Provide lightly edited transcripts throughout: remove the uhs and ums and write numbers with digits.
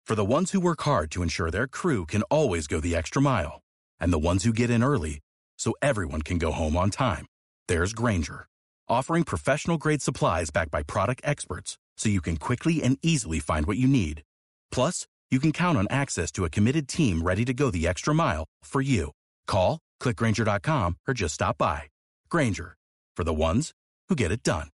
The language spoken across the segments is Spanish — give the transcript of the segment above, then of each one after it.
For the ones who work hard to ensure their crew can always go the extra mile, and the ones who get in early so everyone can go home on time, there's Grainger, offering professional-grade supplies backed by product experts so you can quickly and easily find what you need. Plus, you can count on access to a committed team ready to go the extra mile for you. Call, click Grainger.com, or just stop by. Grainger, for the ones who get it done.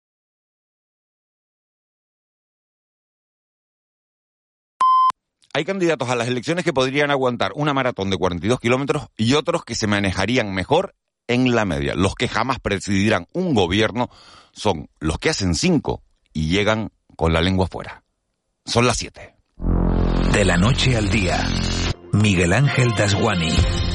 Hay candidatos a las elecciones que podrían aguantar una maratón de 42 kilómetros y otros que se manejarían mejor en la media. Los que jamás presidirán un gobierno son los que hacen 5 y llegan con la lengua fuera. Son las 7. De la noche al día, Miguel Ángel Dasguani.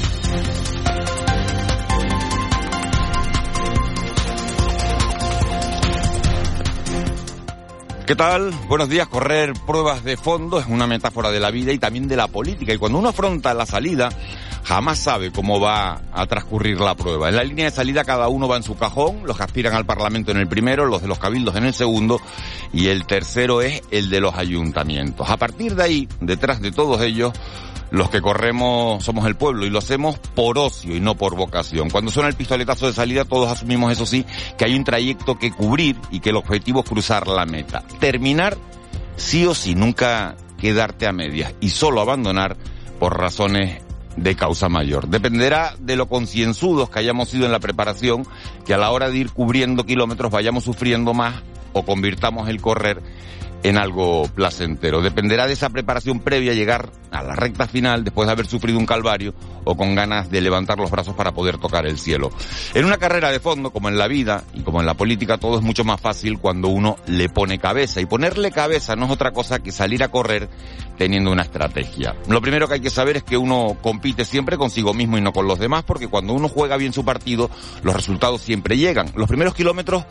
¿Qué tal? Buenos días. Correr pruebas de fondo es una metáfora de la vida y también de la política. Y cuando uno afronta la salida, jamás sabe cómo va a transcurrir la prueba. En la línea de salida cada uno va en su cajón, los que aspiran al Parlamento en el primero, los de los cabildos en el segundo, y el tercero es el de los ayuntamientos. A partir de ahí, detrás de todos ellos, los que corremos somos el pueblo y lo hacemos por ocio y no por vocación. Cuando suena el pistoletazo de salida, todos asumimos, eso sí, que hay un trayecto que cubrir y que el objetivo es cruzar la meta. Terminar sí o sí, nunca quedarte a medias y solo abandonar por razones de causa mayor. Dependerá de lo concienzudos que hayamos sido en la preparación, que a la hora de ir cubriendo kilómetros vayamos sufriendo más o convirtamos el correr en algo placentero. Dependerá de esa preparación previa a llegar a la recta final después de haber sufrido un calvario o con ganas de levantar los brazos para poder tocar el cielo. En una carrera de fondo, como en la vida y como en la política, todo es mucho más fácil cuando uno le pone cabeza. Y ponerle cabeza no es otra cosa que salir a correr teniendo una estrategia. Lo primero que hay que saber es que uno compite siempre consigo mismo y no con los demás, porque cuando uno juega bien su partido, los resultados siempre llegan. Los primeros kilómetros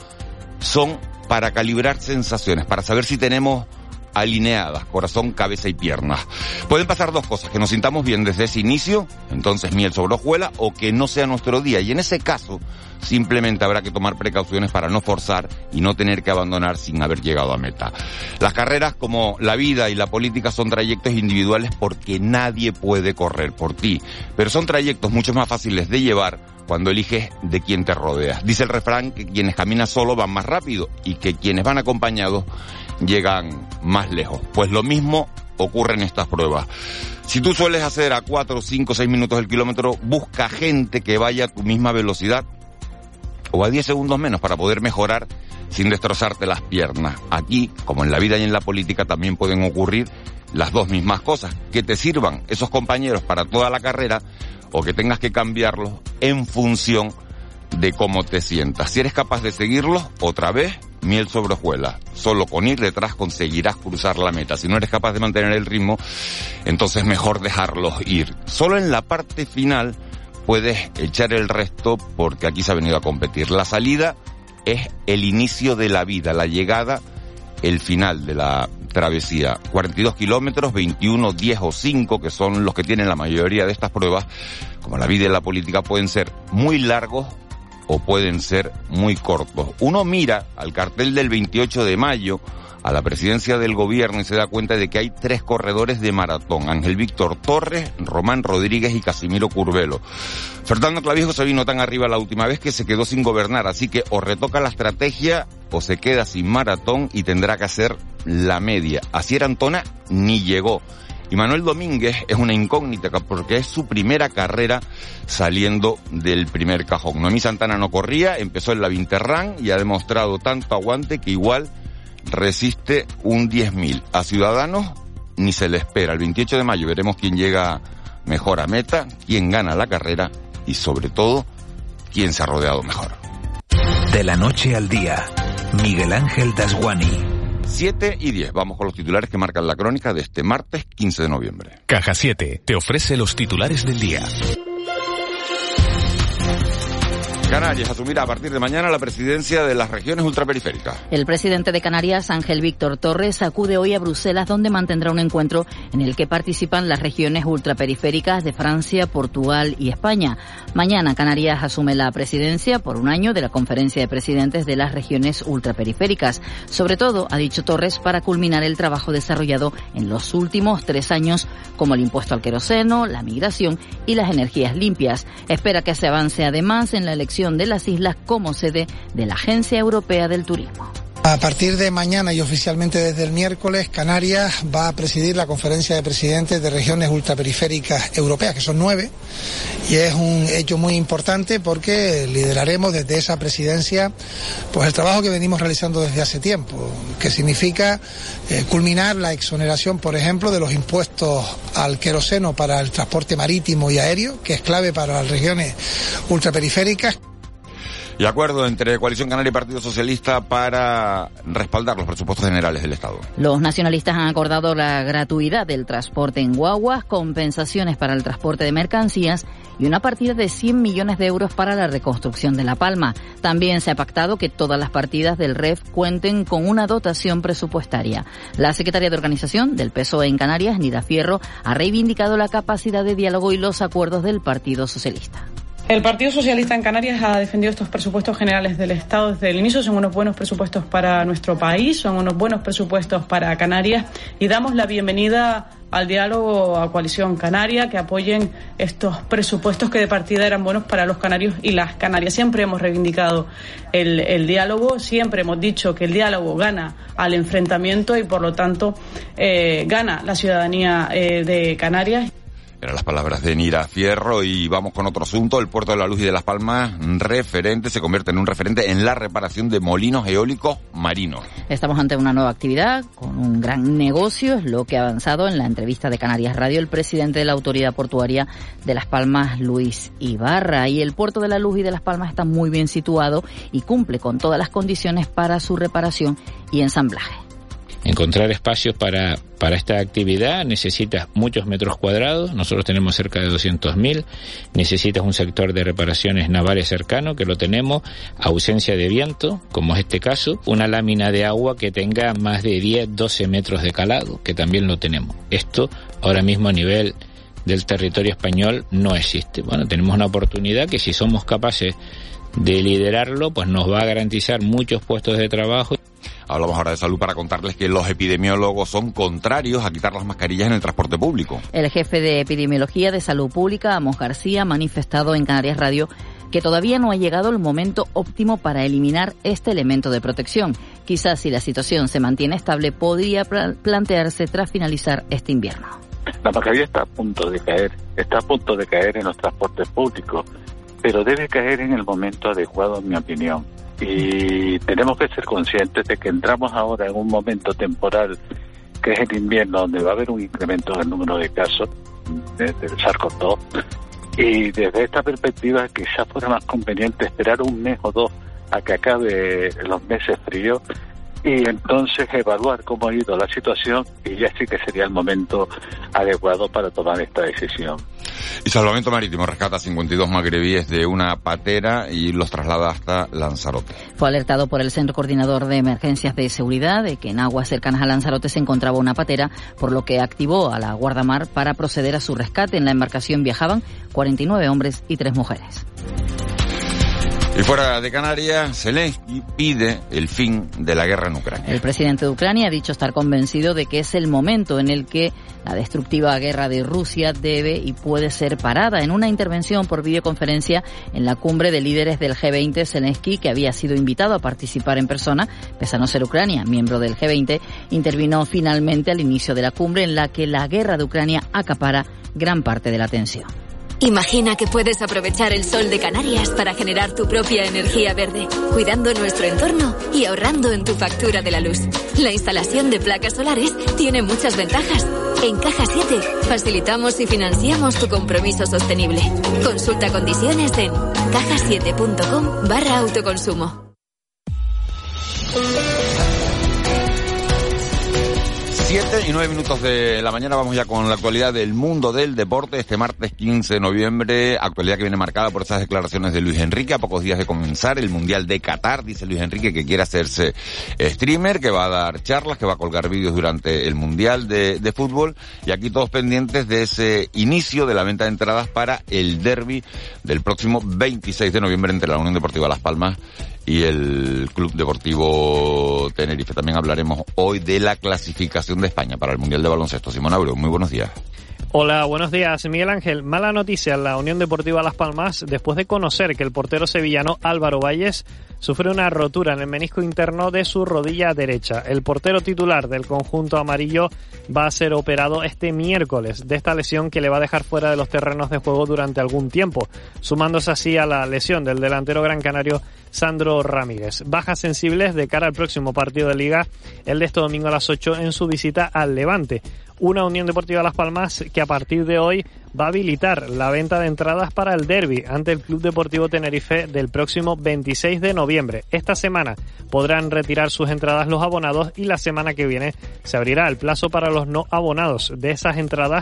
son para calibrar sensaciones, para saber si tenemos alineadas corazón, cabeza y piernas. Pueden pasar dos cosas: que nos sintamos bien desde ese inicio, entonces miel sobre hojuela, o que no sea nuestro día, y en ese caso simplemente habrá que tomar precauciones para no forzar y no tener que abandonar sin haber llegado a meta. Las carreras, como la vida y la política, son trayectos individuales porque nadie puede correr por ti, pero son trayectos mucho más fáciles de llevar cuando eliges de quién te rodeas. Dice el refrán que quienes caminan solo van más rápido y que quienes van acompañados llegan más lejos. Pues lo mismo ocurre en estas pruebas. Si tú sueles hacer a 4, 5, 6 minutos el kilómetro, busca gente que vaya a tu misma velocidad o a 10 segundos menos para poder mejorar sin destrozarte las piernas. Aquí, como en la vida y en la política, también pueden ocurrir las dos mismas cosas: que te sirvan esos compañeros para toda la carrera o que tengas que cambiarlos en función de cómo te sientas. Si eres capaz de seguirlos, otra vez, miel sobre hojuelas. Solo con ir detrás conseguirás cruzar la meta. Si no eres capaz de mantener el ritmo, entonces mejor dejarlos ir. Solo en la parte final puedes echar el resto, porque aquí se ha venido a competir. La salida es el inicio de la vida, la llegada, el final de la travesía. 42 kilómetros, 21, 10 o 5, que son los que tienen la mayoría de estas pruebas, como la vida y la política, pueden ser muy largos o pueden ser muy cortos. Uno mira al cartel del 28 de mayo, a la presidencia del gobierno, y se da cuenta de que hay 3 corredores de maratón: Ángel Víctor Torres, Román Rodríguez y Casimiro Curvelo. Fernando Clavijo se vino tan arriba la última vez que se quedó sin gobernar, así que o retoca la estrategia o se queda sin maratón y tendrá que hacer la media. Asier Antona ni llegó. Y Manuel Domínguez es una incógnita porque es su primera carrera saliendo del primer cajón. Noemí Santana no corría, empezó en la Vinterran y ha demostrado tanto aguante que igual resiste un 10.000. A Ciudadanos ni se le espera. El 28 de mayo veremos quién llega mejor a meta, quién gana la carrera y, sobre todo, quién se ha rodeado mejor. De la noche al día, Miguel Ángel Dasguani. 7 y 10. Vamos con los titulares que marcan la crónica de este martes 15 de noviembre. Caja 7 te ofrece los titulares del día. Canarias asumirá a partir de mañana la presidencia de las regiones ultraperiféricas. El presidente de Canarias, Ángel Víctor Torres, acude hoy a Bruselas, donde mantendrá un encuentro en el que participan las regiones ultraperiféricas de Francia, Portugal y España. Mañana Canarias asume la presidencia por un año de la Conferencia de Presidentes de las Regiones Ultraperiféricas. Sobre todo, ha dicho Torres, para culminar el trabajo desarrollado en los últimos 3 años, como el impuesto al queroseno, la migración y las energías limpias. Espera que se avance además en la elección de las islas como sede de la Agencia Europea del Turismo. A partir de mañana y oficialmente desde el miércoles, Canarias va a presidir la Conferencia de Presidentes de Regiones Ultraperiféricas Europeas, que son 9, y es un hecho muy importante porque lideraremos desde esa presidencia pues el trabajo que venimos realizando desde hace tiempo, que significa culminar la exoneración, por ejemplo, de los impuestos al queroseno para el transporte marítimo y aéreo, que es clave para las regiones ultraperiféricas. Y acuerdo entre Coalición Canaria y Partido Socialista para respaldar los presupuestos generales del Estado. Los nacionalistas han acordado la gratuidad del transporte en guaguas, compensaciones para el transporte de mercancías y una partida de 100 millones de euros para la reconstrucción de La Palma. También se ha pactado que todas las partidas del REF cuenten con una dotación presupuestaria. La secretaria de Organización del PSOE en Canarias, Nida Fierro, ha reivindicado la capacidad de diálogo y los acuerdos del Partido Socialista. El Partido Socialista en Canarias ha defendido estos presupuestos generales del Estado desde el inicio. Son unos buenos presupuestos para nuestro país, son unos buenos presupuestos para Canarias y damos la bienvenida al diálogo a Coalición Canaria, que apoyen estos presupuestos que de partida eran buenos para los canarios y las canarias. Siempre hemos reivindicado el diálogo, siempre hemos dicho que el diálogo gana al enfrentamiento y por lo tanto gana la ciudadanía de Canarias. Eran las palabras de Nida Fierro y vamos con otro asunto. El Puerto de la Luz y de Las Palmas se convierte en un referente en la reparación de molinos eólicos marinos. Estamos ante una nueva actividad con un gran negocio, es lo que ha avanzado en la entrevista de Canarias Radio el presidente de la Autoridad Portuaria de Las Palmas, Luis Ibarra. Y el Puerto de la Luz y de Las Palmas está muy bien situado y cumple con todas las condiciones para su reparación y ensamblaje. Encontrar espacios para esta actividad necesitas muchos metros cuadrados, nosotros tenemos cerca de 200.000, necesitas un sector de reparaciones navales cercano, que lo tenemos, ausencia de viento, como es este caso, una lámina de agua que tenga más de 10-12 metros de calado, que también lo tenemos. Esto ahora mismo a nivel del territorio español no existe. Bueno, tenemos una oportunidad que si somos capaces de liderarlo, pues nos va a garantizar muchos puestos de trabajo. Hablamos ahora de salud para contarles que los epidemiólogos son contrarios a quitar las mascarillas en el transporte público. El jefe de Epidemiología de Salud Pública, Amos García, ha manifestado en Canarias Radio que todavía no ha llegado el momento óptimo para eliminar este elemento de protección. Quizás si la situación se mantiene estable, podría plantearse tras finalizar este invierno. La mascarilla está a punto de caer en los transportes públicos, pero debe caer en el momento adecuado, en mi opinión. Y tenemos que ser conscientes de que entramos ahora en un momento temporal que es el invierno, donde va a haber un incremento del número de casos del SARS-CoV-2, y desde esta perspectiva quizás fuera más conveniente esperar un mes o dos a que acabe los meses fríos y entonces evaluar cómo ha ido la situación, y ya sí que sería el momento adecuado para tomar esta decisión. Y Salvamento Marítimo rescata 52 magrebíes de una patera y los traslada hasta Lanzarote. Fue alertado por el Centro Coordinador de Emergencias de Seguridad de que en aguas cercanas a Lanzarote se encontraba una patera, por lo que activó a la Guardamar para proceder a su rescate. En la embarcación viajaban 49 hombres y 3 mujeres. Y fuera de Canarias, Zelensky pide el fin de la guerra en Ucrania. El presidente de Ucrania ha dicho estar convencido de que es el momento en el que la destructiva guerra de Rusia debe y puede ser parada. En una intervención por videoconferencia en la cumbre de líderes del G20, Zelensky, que había sido invitado a participar en persona, pese a no ser Ucrania miembro del G20, intervino finalmente al inicio de la cumbre, en la que la guerra de Ucrania acapara gran parte de la atención. Imagina que puedes aprovechar el sol de Canarias para generar tu propia energía verde, cuidando nuestro entorno y ahorrando en tu factura de la luz. La instalación de placas solares tiene muchas ventajas. En Caja 7 facilitamos y financiamos tu compromiso sostenible. Consulta condiciones en caja7.com/autoconsumo. 7:09 de la mañana, vamos ya con la actualidad del mundo del deporte. Este martes 15 de noviembre, actualidad que viene marcada por esas declaraciones de Luis Enrique a pocos días de comenzar el Mundial de Qatar. Dice Luis Enrique que quiere hacerse streamer, que va a dar charlas, que va a colgar vídeos durante el Mundial de fútbol. Y aquí todos pendientes de ese inicio de la venta de entradas para el derbi del próximo 26 de noviembre entre la Unión Deportiva Las Palmas y el Club Deportivo Tenerife. También hablaremos hoy de la clasificación de España para el Mundial de Baloncesto. Simón Abreu, muy buenos días. Hola, buenos días, Miguel Ángel. Mala noticia en la Unión Deportiva Las Palmas después de conocer que el portero sevillano Álvaro Valles sufre una rotura en el menisco interno de su rodilla derecha. El portero titular del conjunto amarillo va a ser operado este miércoles de esta lesión que le va a dejar fuera de los terrenos de juego durante algún tiempo, sumándose así a la lesión del delantero gran canario Sandro Ramírez. Bajas sensibles de cara al próximo partido de Liga, el de este domingo a las 8 en su visita al Levante. Una Unión Deportiva Las Palmas que a partir de hoy va a habilitar la venta de entradas para el derbi ante el Club Deportivo Tenerife del próximo 26 de noviembre. Esta semana podrán retirar sus entradas los abonados y la semana que viene se abrirá el plazo para los no abonados. De esas entradas,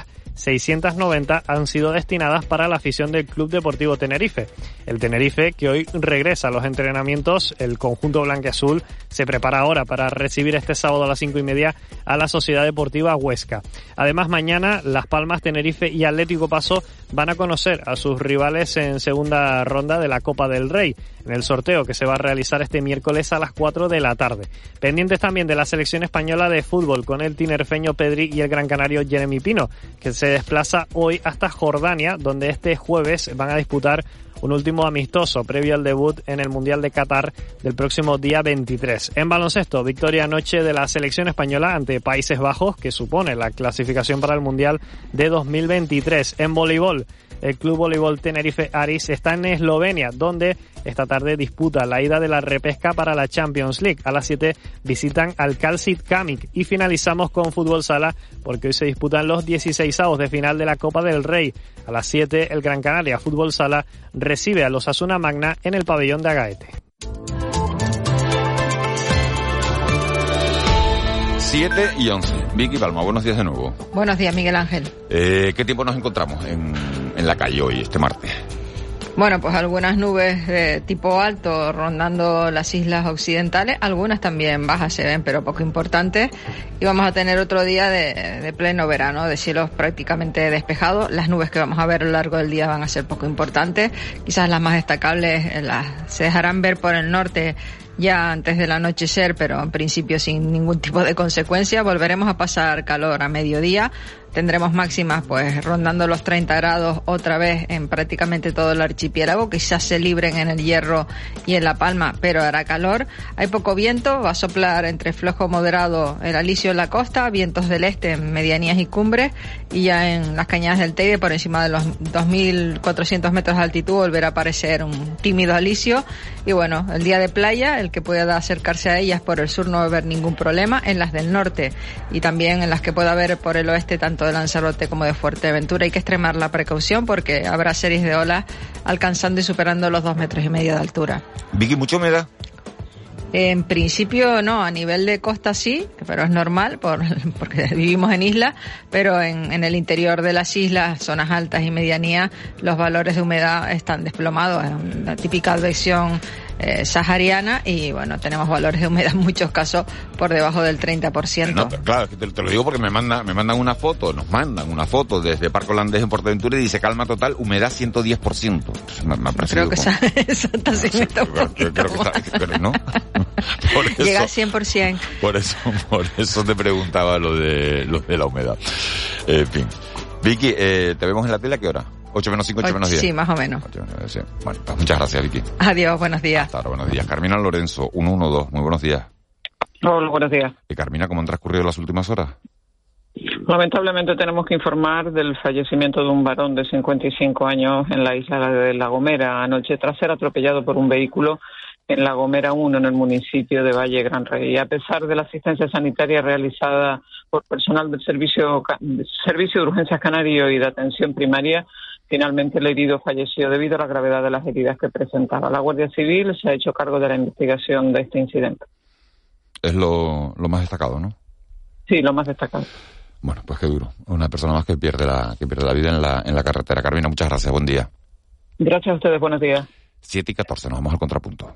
690 han sido destinadas para la afición del Club Deportivo Tenerife. El Tenerife, que hoy regresa a los entrenamientos, el conjunto blanquiazul se prepara ahora para recibir este sábado a las 5:30 a la Sociedad Deportiva Huesca. Además, mañana Las Palmas, Tenerife y Atlético Paso van a conocer a sus rivales en segunda ronda de la Copa del Rey, en el sorteo que se va a realizar este miércoles a las 4 de la tarde. Pendientes también de la selección española de fútbol con el tinerfeño Pedri y el gran canario Jeremy Pino, que se desplaza hoy hasta Jordania, donde este jueves van a disputar un último amistoso previo al debut en el Mundial de Qatar del próximo día 23. En baloncesto, victoria anoche de la selección española ante Países Bajos, que supone la clasificación para el Mundial de 2023. En voleibol, el Club Voleibol Tenerife Aris está en Eslovenia, donde esta tarde disputa la ida de la repesca para la Champions League. A las 7 visitan al Calcit Kamik. Y finalizamos con fútbol sala, porque hoy se disputan los 16avos de final de la Copa del Rey. A las 7 el Gran Canaria Fútbol Sala recibe a los Osasuna Magna en el pabellón de Agaete. 7:11. Vicky Palma, buenos días de nuevo. Buenos días, Miguel Ángel. ¿Qué tiempo nos encontramos en la calle hoy, este martes? Bueno, pues algunas nubes de tipo alto rondando las islas occidentales, algunas también bajas se ven, pero poco importantes. Y vamos a tener otro día de pleno verano, de cielos prácticamente despejados. Las nubes que vamos a ver a lo largo del día van a ser poco importantes. Quizás las más destacables se dejarán ver por el norte ya antes del anochecer, pero en principio sin ningún tipo de consecuencia. Volveremos a pasar calor a mediodía. Tendremos máximas pues rondando los 30 grados otra vez en prácticamente todo el archipiélago. Quizás se libren en el Hierro y en La Palma, pero hará calor. Hay poco viento, va a soplar entre flojo moderado el alisio en la costa, vientos del este en medianías y cumbres, y ya en las cañadas del Teide, por encima de los 2.400 metros de altitud, volverá a aparecer un tímido alisio. Y bueno, el día de playa, el que pueda acercarse a ellas por el sur no va a haber ningún problema. En las del norte y también en las que pueda haber por el oeste, tanto de Lanzarote como de Fuerteventura, hay que extremar la precaución porque habrá series de olas alcanzando y superando los 2,5 metros de altura. Vicky, ¿mucha humedad? En principio no, a nivel de costa sí, pero es normal porque vivimos en islas, pero en el interior de las islas, zonas altas y medianías, los valores de humedad están desplomados. Es una típica advección sahariana y bueno, tenemos valores de humedad en muchos casos por debajo del 30%. No, claro, te lo digo porque me mandan una foto, nos mandan una foto desde Parque Holandés en Portaventura y dice calma total, humedad 110%. Me ha parecido creo que esa está siendo un poquito creo que está, ¿no? Por eso, llega al 100%. Por eso te preguntaba lo de la humedad. En fin. Vicky, ¿te vemos en la tele a qué hora? 8 menos 5, 8 menos 10. Sí, más o menos. 8 menos 10, sí. Bueno, pues muchas gracias, Vicky. Adiós, buenos días. Hasta ahora, buenos días. Carmina Lorenzo, 112, muy buenos días. Hola, buenos días. Carmina, ¿cómo han transcurrido las últimas horas? Lamentablemente tenemos que informar del fallecimiento de un varón de 55 años en la isla de La Gomera anoche tras ser atropellado por un vehículo en La Gomera 1, en el municipio de Valle Gran Rey. A pesar de la asistencia sanitaria realizada por personal del Servicio de Urgencias Canario y de Atención Primaria, finalmente el herido falleció debido a la gravedad de las heridas que presentaba. La Guardia Civil se ha hecho cargo de la investigación de este incidente. Es lo más destacado, ¿no? Sí, lo más destacado. Bueno, pues qué duro. Una persona más que pierde la vida en la carretera. Carmina, muchas gracias. Buen día. Gracias a ustedes. Buenos días. 7:14. Nos vamos al contrapunto.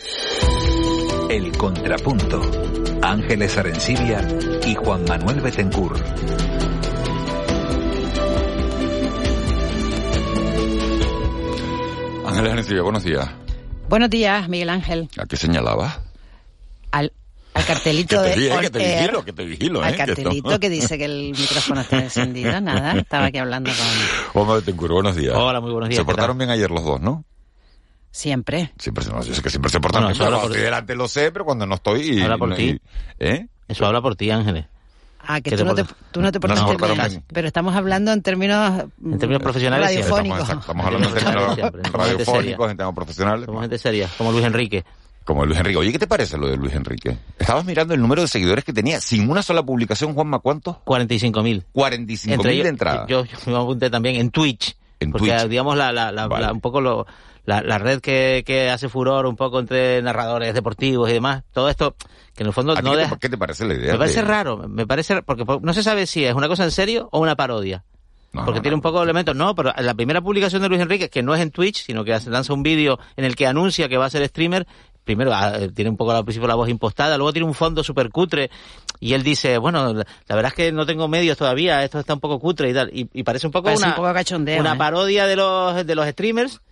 El contrapunto. Ángeles Arencibia y Juan Manuel Betancourt. Ángeles Arencibia, buenos días. Buenos días, Miguel Ángel. ¿A qué señalaba? Al cartelito que te vigilo. Al cartelito que dice que el micrófono está encendido. Nada, estaba aquí hablando con... Juan Manuel Betancourt, buenos días. Hola, muy buenos días. Se portaron bien ayer los dos, ¿no? Siempre. Yo sé que siempre se portan bien, cuando estoy delante lo sé, pero cuando no estoy... Habla por ti. Eso habla por ti, Ángeles. Que tú no te portaste bien. Pero estamos hablando en términos profesionales. Radiofónicos. Estamos hablando en términos radiofónicos, en temas profesionales. Somos gente seria, como Luis Enrique. Oye, ¿qué te parece lo de Luis Enrique? Estabas mirando el número de seguidores que tenía sin una sola publicación, Juanma, ¿cuántos? 45.000. 45.000 de entrada. Yo me apunté también en Twitch. Porque, digamos, un poco la red que hace furor un poco entre narradores deportivos y demás, todo esto, que en el fondo no deja... ¿Qué te parece la idea? Me parece raro, porque no se sabe si es una cosa en serio o una parodia. Tiene un poco de elementos. No, pero la primera publicación de Luis Enrique, que no es en Twitch, sino que lanza un vídeo en el que anuncia que va a ser streamer. Primero tiene un poco al principio la voz impostada, luego tiene un fondo súper cutre y él dice, bueno, la verdad es que no tengo medios todavía, esto está un poco cutre y tal, y parece un poco una parodia de los streamers,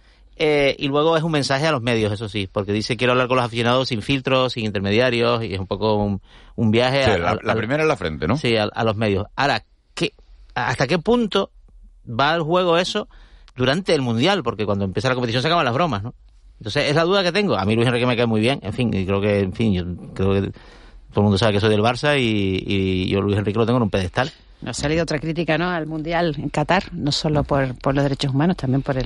y luego es un mensaje a los medios, eso sí, porque dice quiero hablar con los aficionados sin filtros, sin intermediarios, y es un poco un viaje la primera en la frente, ¿no? Sí, a los medios. Ahora, ¿hasta qué punto va el juego eso durante el Mundial? Porque cuando empieza la competición se acaban las bromas, ¿no? Entonces, es la duda que tengo. A mí Luis Enrique me cae muy bien, yo creo que todo el mundo sabe que soy del Barça y yo Luis Enrique lo tengo en un pedestal. Nos ha salido otra crítica, ¿no?, al Mundial en Qatar, no solo por los derechos humanos, también por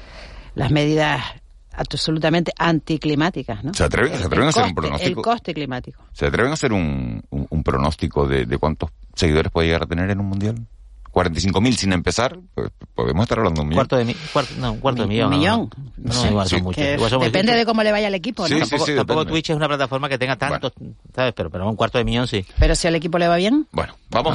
las medidas absolutamente anticlimáticas, ¿no? ¿Se atreven a hacer un pronóstico? El coste climático. ¿Se atreven a hacer un pronóstico de cuántos seguidores puede llegar a tener en un Mundial? 45.000 sin empezar, pues podemos estar hablando de un millón. Un cuarto de millón. ¿Un millón? No, igual son muchos. Depende de cómo le vaya al equipo, ¿no? Tampoco Twitch es una plataforma que tenga tantos, ¿sabes? Pero un cuarto de millón sí. Pero si al equipo le va bien. Bueno, vamos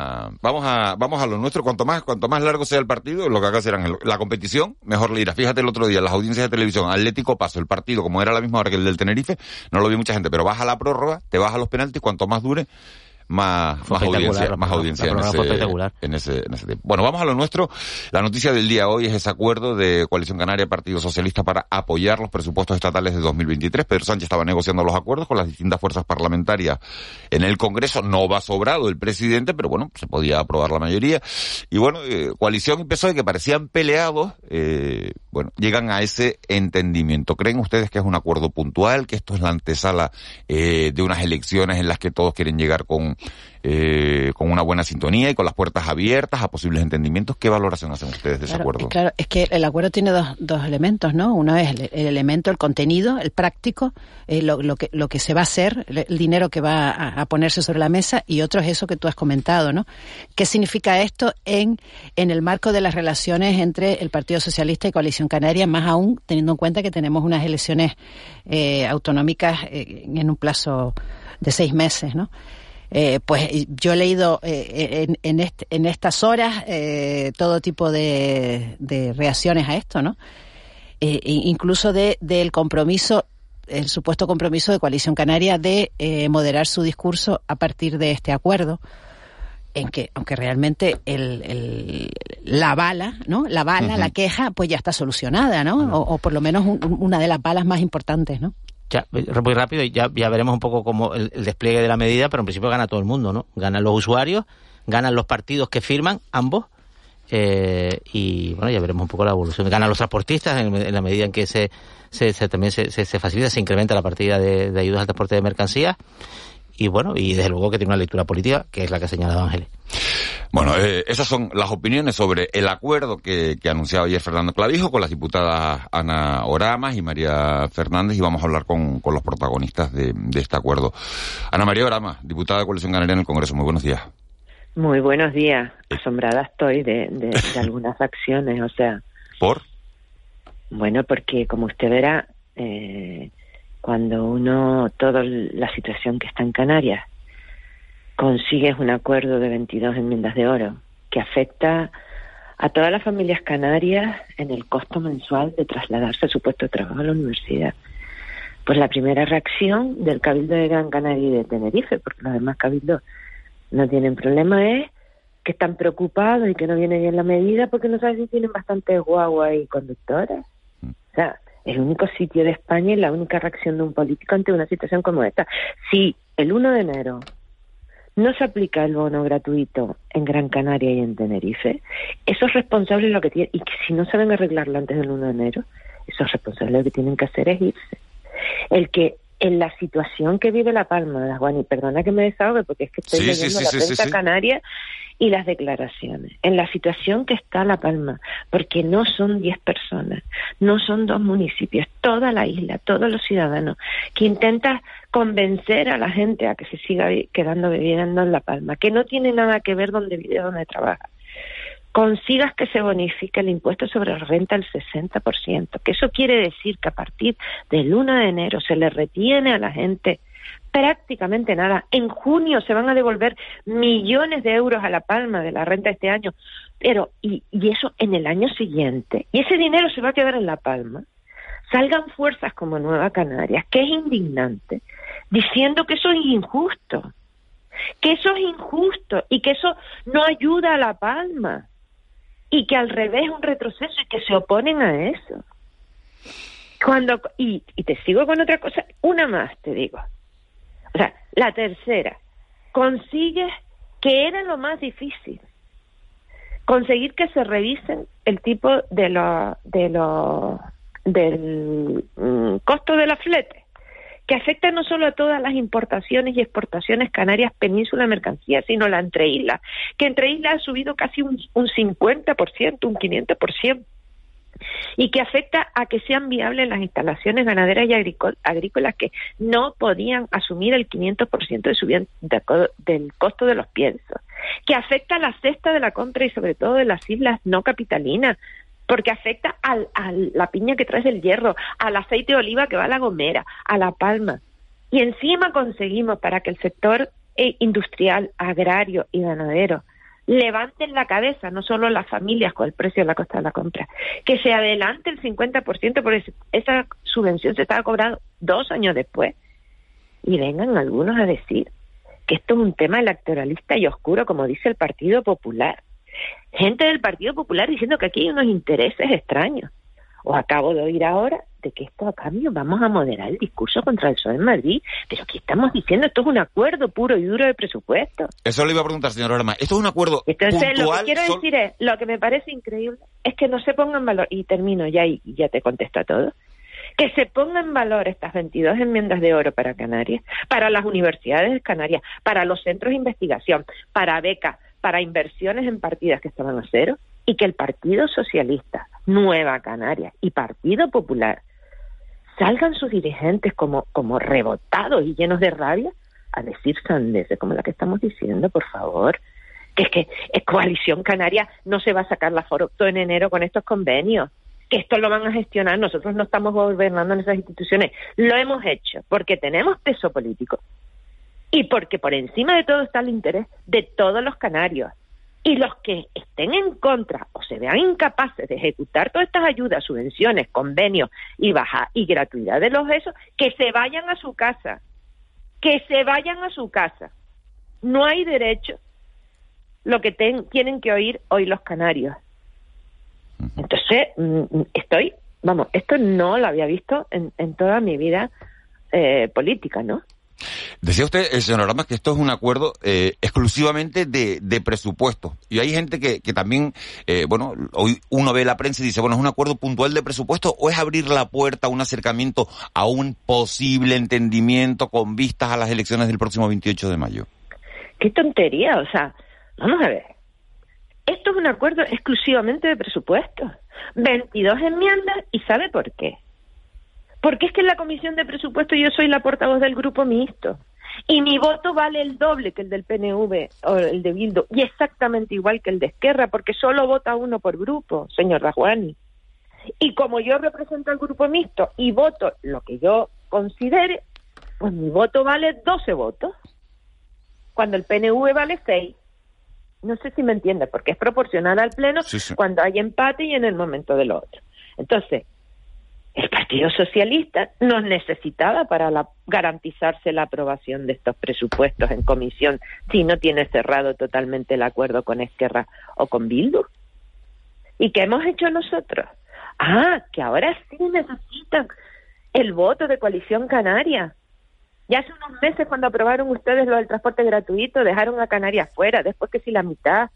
a lo nuestro. Cuanto más largo sea el partido, lo que acá será la competición, mejor le irá. Fíjate el otro día, las audiencias de televisión, Atlético Paso, el partido, como era la misma hora que el del Tenerife, no lo vio mucha gente, pero baja la prórroga, te baja los penaltis, cuanto más dure, más audiencia en ese tiempo. Bueno, vamos a lo nuestro. La noticia del día hoy es ese acuerdo de Coalición Canaria Partido Socialista para apoyar los presupuestos estatales de 2023. Pedro Sánchez estaba negociando los acuerdos con las distintas fuerzas parlamentarias en el Congreso. No va sobrado el presidente, pero bueno, se podía aprobar la mayoría. Y bueno, Coalición y PSOE, que parecían peleados, llegan a ese entendimiento. ¿Creen ustedes que es un acuerdo puntual, que esto es la antesala de unas elecciones en las que todos quieren llegar con una buena sintonía y con las puertas abiertas a posibles entendimientos? ¿Qué valoración hacen ustedes de ese acuerdo? Claro, es que el acuerdo tiene dos elementos, ¿no? Uno es el elemento, el contenido, el práctico, lo que se va a hacer, el dinero que va a ponerse sobre la mesa, y otro es eso que tú has comentado, ¿no? ¿Qué significa esto en el marco de las relaciones entre el Partido Socialista y Coalición Canaria, más aún teniendo en cuenta que tenemos unas elecciones autonómicas en un plazo de 6 meses, ¿no? Pues yo he leído en estas horas todo tipo de reacciones a esto, ¿no? Incluso del compromiso, el supuesto compromiso de Coalición Canaria de moderar su discurso a partir de este acuerdo, en que, aunque realmente la bala, ¿no? La queja, pues ya está solucionada, ¿no? O por lo menos una de las balas más importantes, ¿no? Ya, muy rápido, y ya veremos un poco cómo el despliegue de la medida, pero en principio gana todo el mundo, ¿no? Ganan los usuarios, ganan los partidos que firman, ambos, y bueno, ya veremos un poco la evolución. Ganan los transportistas en la medida en que también se facilita, se incrementa la partida de ayudas al transporte de mercancías, y bueno, y desde luego que tiene una lectura política, que es la que ha señalado Ángeles. Bueno, esas son las opiniones sobre el acuerdo que anunciaba ayer Fernando Clavijo con las diputadas Ana Oramas y María Fernández, y vamos a hablar con los protagonistas de este acuerdo. Ana María Oramas, diputada de Coalición Canaria en el Congreso, muy buenos días. Muy buenos días. Asombrada estoy de algunas acciones, o sea... ¿Por? Bueno, porque como usted verá, cuando toda la situación que está en Canarias, consigues un acuerdo de 22 enmiendas de oro que afecta a todas las familias canarias en el costo mensual de trasladarse a su puesto de trabajo a la universidad. Pues la primera reacción del Cabildo de Gran Canaria y de Tenerife, porque los demás cabildos no tienen problema, es que están preocupados y que no viene bien la medida porque no saben si tienen bastantes guaguas y conductores. O sea, es el único sitio de España y la única reacción de un político ante una situación como esta. Si el 1 de enero no se aplica el bono gratuito en Gran Canaria y en Tenerife, esos responsables lo que tienen, y que si no saben arreglarlo antes del 1 de enero, esos responsables lo que tienen que hacer es irse. El que en la situación que vive La Palma, Juan, y perdona que me desahogue porque es que estoy leyendo la prensa canaria y las declaraciones, en la situación que está La Palma, porque no son 10 personas, no son 2 municipios, toda la isla, todos los ciudadanos, que intentan convencer a la gente a que se siga quedando viviendo en La Palma, que no tiene nada que ver donde vive, donde trabaja. Consigas que se bonifique el impuesto sobre la renta al 60%, que eso quiere decir que a partir del 1 de enero se le retiene a la gente prácticamente nada. En junio se van a devolver millones de euros a La Palma de la renta de este año, pero y eso en el año siguiente, y ese dinero se va a quedar en La Palma. Salgan fuerzas como Nueva Canarias, que es indignante, diciendo que eso es injusto, y que eso no ayuda a La Palma, y que al revés es un retroceso y que se oponen a eso. Y te sigo con otra cosa, una más te digo. O sea, la tercera, consigues, que era lo más difícil, conseguir que se revisen el tipo del costo de la flete, que afecta no solo a todas las importaciones y exportaciones canarias, península, mercancías, sino la entre islas, que entre islas ha subido casi un 50%, un 500%, y que afecta a que sean viables las instalaciones ganaderas y agrícolas que no podían asumir el 500% de subida del costo de los piensos, que afecta a la cesta de la compra y sobre todo de las islas no capitalinas, porque afecta a la piña que traes del Hierro, al aceite de oliva que va a La Gomera, a La Palma. Y encima conseguimos para que el sector industrial, agrario y ganadero levanten la cabeza, no solo las familias con el precio de la costa de la compra, que se adelante el 50%, porque esa subvención se estaba cobrando 2 años después. Y vengan algunos a decir que esto es un tema electoralista y oscuro, como dice el Partido Popular. Gente del Partido Popular diciendo que aquí hay unos intereses extraños. Os acabo de oír ahora de que esto a cambio vamos a moderar el discurso contra el PSOE en Madrid. Pero ¿qué estamos diciendo? Esto es un acuerdo puro y duro de presupuesto. Eso le iba a preguntar, señor Orma. ¿Esto es un acuerdo Entonces, puntual? Lo que quiero decir es, lo que me parece increíble es que no se ponga en valor, y termino ya y ya te contesto a todo, que se ponga en valor estas 22 enmiendas de oro para Canarias, para las universidades de Canarias, para los centros de investigación, para becas, para inversiones en partidas que estaban a cero, y que el Partido Socialista, Nueva Canarias y Partido Popular salgan sus dirigentes como rebotados y llenos de rabia a decir sandeces como la que estamos diciendo, por favor. Que es que Coalición Canaria no se va a sacar la foto en enero con estos convenios, que esto lo van a gestionar. Nosotros no estamos gobernando en esas instituciones, lo hemos hecho porque tenemos peso político y porque por encima de todo está el interés de todos los canarios. Y los que estén en contra o se vean incapaces de ejecutar todas estas ayudas, subvenciones, convenios y gratuidad de los esos, que se vayan a su casa. Que se vayan a su casa. No hay derecho. Lo que tienen que oír hoy los canarios. Entonces, esto no lo había visto en toda mi vida política, ¿no? Decía usted, señor Orma, que esto es un acuerdo exclusivamente de presupuesto. Y hay gente que también, hoy uno ve la prensa y dice, bueno, ¿es un acuerdo puntual de presupuesto o es abrir la puerta a un acercamiento a un posible entendimiento con vistas a las elecciones del próximo 28 de mayo? ¡Qué tontería! O sea, vamos a ver. Esto es un acuerdo exclusivamente de presupuesto. 22 enmiendas, ¿y sabe por qué? Porque es que en la Comisión de Presupuesto yo soy la portavoz del Grupo Mixto y mi voto vale el doble que el del PNV o el de Bildu y exactamente igual que el de Esquerra, porque solo vota uno por grupo, señor Rajuani. Y como yo represento al Grupo Mixto y voto lo que yo considere, pues mi voto vale 12 votos. cuando el PNV vale 6. No sé si me entiendes, porque es proporcional al Pleno cuando hay empate y en el momento del otro. Entonces, el Partido Socialista nos necesitaba para garantizarse la aprobación de estos presupuestos en comisión si no tiene cerrado totalmente el acuerdo con Esquerra o con Bildu. ¿Y qué hemos hecho nosotros? Que ahora sí necesitan el voto de Coalición Canaria. Ya hace unos meses, cuando aprobaron ustedes lo del transporte gratuito, dejaron a Canarias fuera, después que sí la mitad.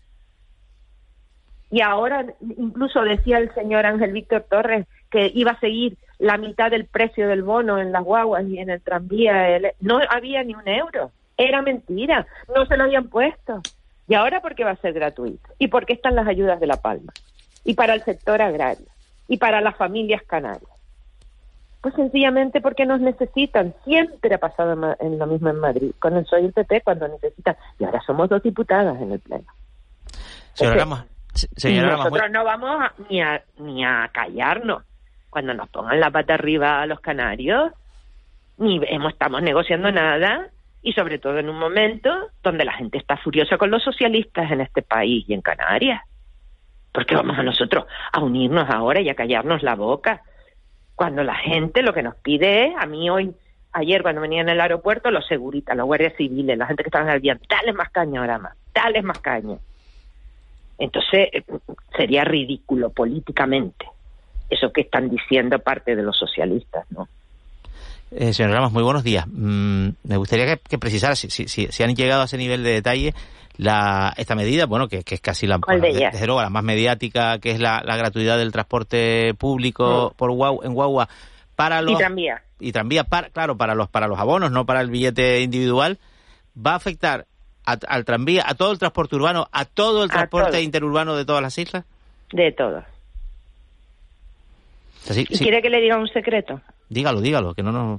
Y ahora incluso decía el señor Ángel Víctor Torres que iba a seguir la mitad del precio del bono en las guaguas y en el tranvía. No había ni un euro. Era mentira. No se lo habían puesto. ¿Y ahora por qué va a ser gratuito? ¿Y por qué están las ayudas de La Palma? Y para el sector agrario. Y para las familias canarias. Pues sencillamente porque nos necesitan. Siempre ha pasado en lo mismo en Madrid, con el PSOE y el PP cuando necesitan. Y ahora somos 2 diputadas en el Pleno. Señora Ramos, nosotros no vamos ni a callarnos. Cuando nos pongan la pata arriba a los canarios, ni estamos negociando nada, y sobre todo en un momento donde la gente está furiosa con los socialistas en este país y en Canarias. Porque vamos a nosotros a unirnos ahora y a callarnos la boca. Cuando la gente lo que nos pide es, ayer cuando venía en el aeropuerto, los seguritas, los guardias civiles, la gente que estaba en el avión, dale más caña ahora más, dale más caña. Entonces, sería ridículo políticamente eso que están diciendo parte de los socialistas, ¿no? Señor Ramos, muy buenos días. Me gustaría que precisara si han llegado a ese nivel de detalle esta medida, bueno, que es casi desde luego la más mediática, que es la gratuidad del transporte público en guagua para los y tranvía para los abonos, no para el billete individual. Va a afectar al tranvía, a todo el transporte urbano, a todo el transporte interurbano de todas las islas. De todos. ¿Y quiere que le diga un secreto? Dígalo, que no.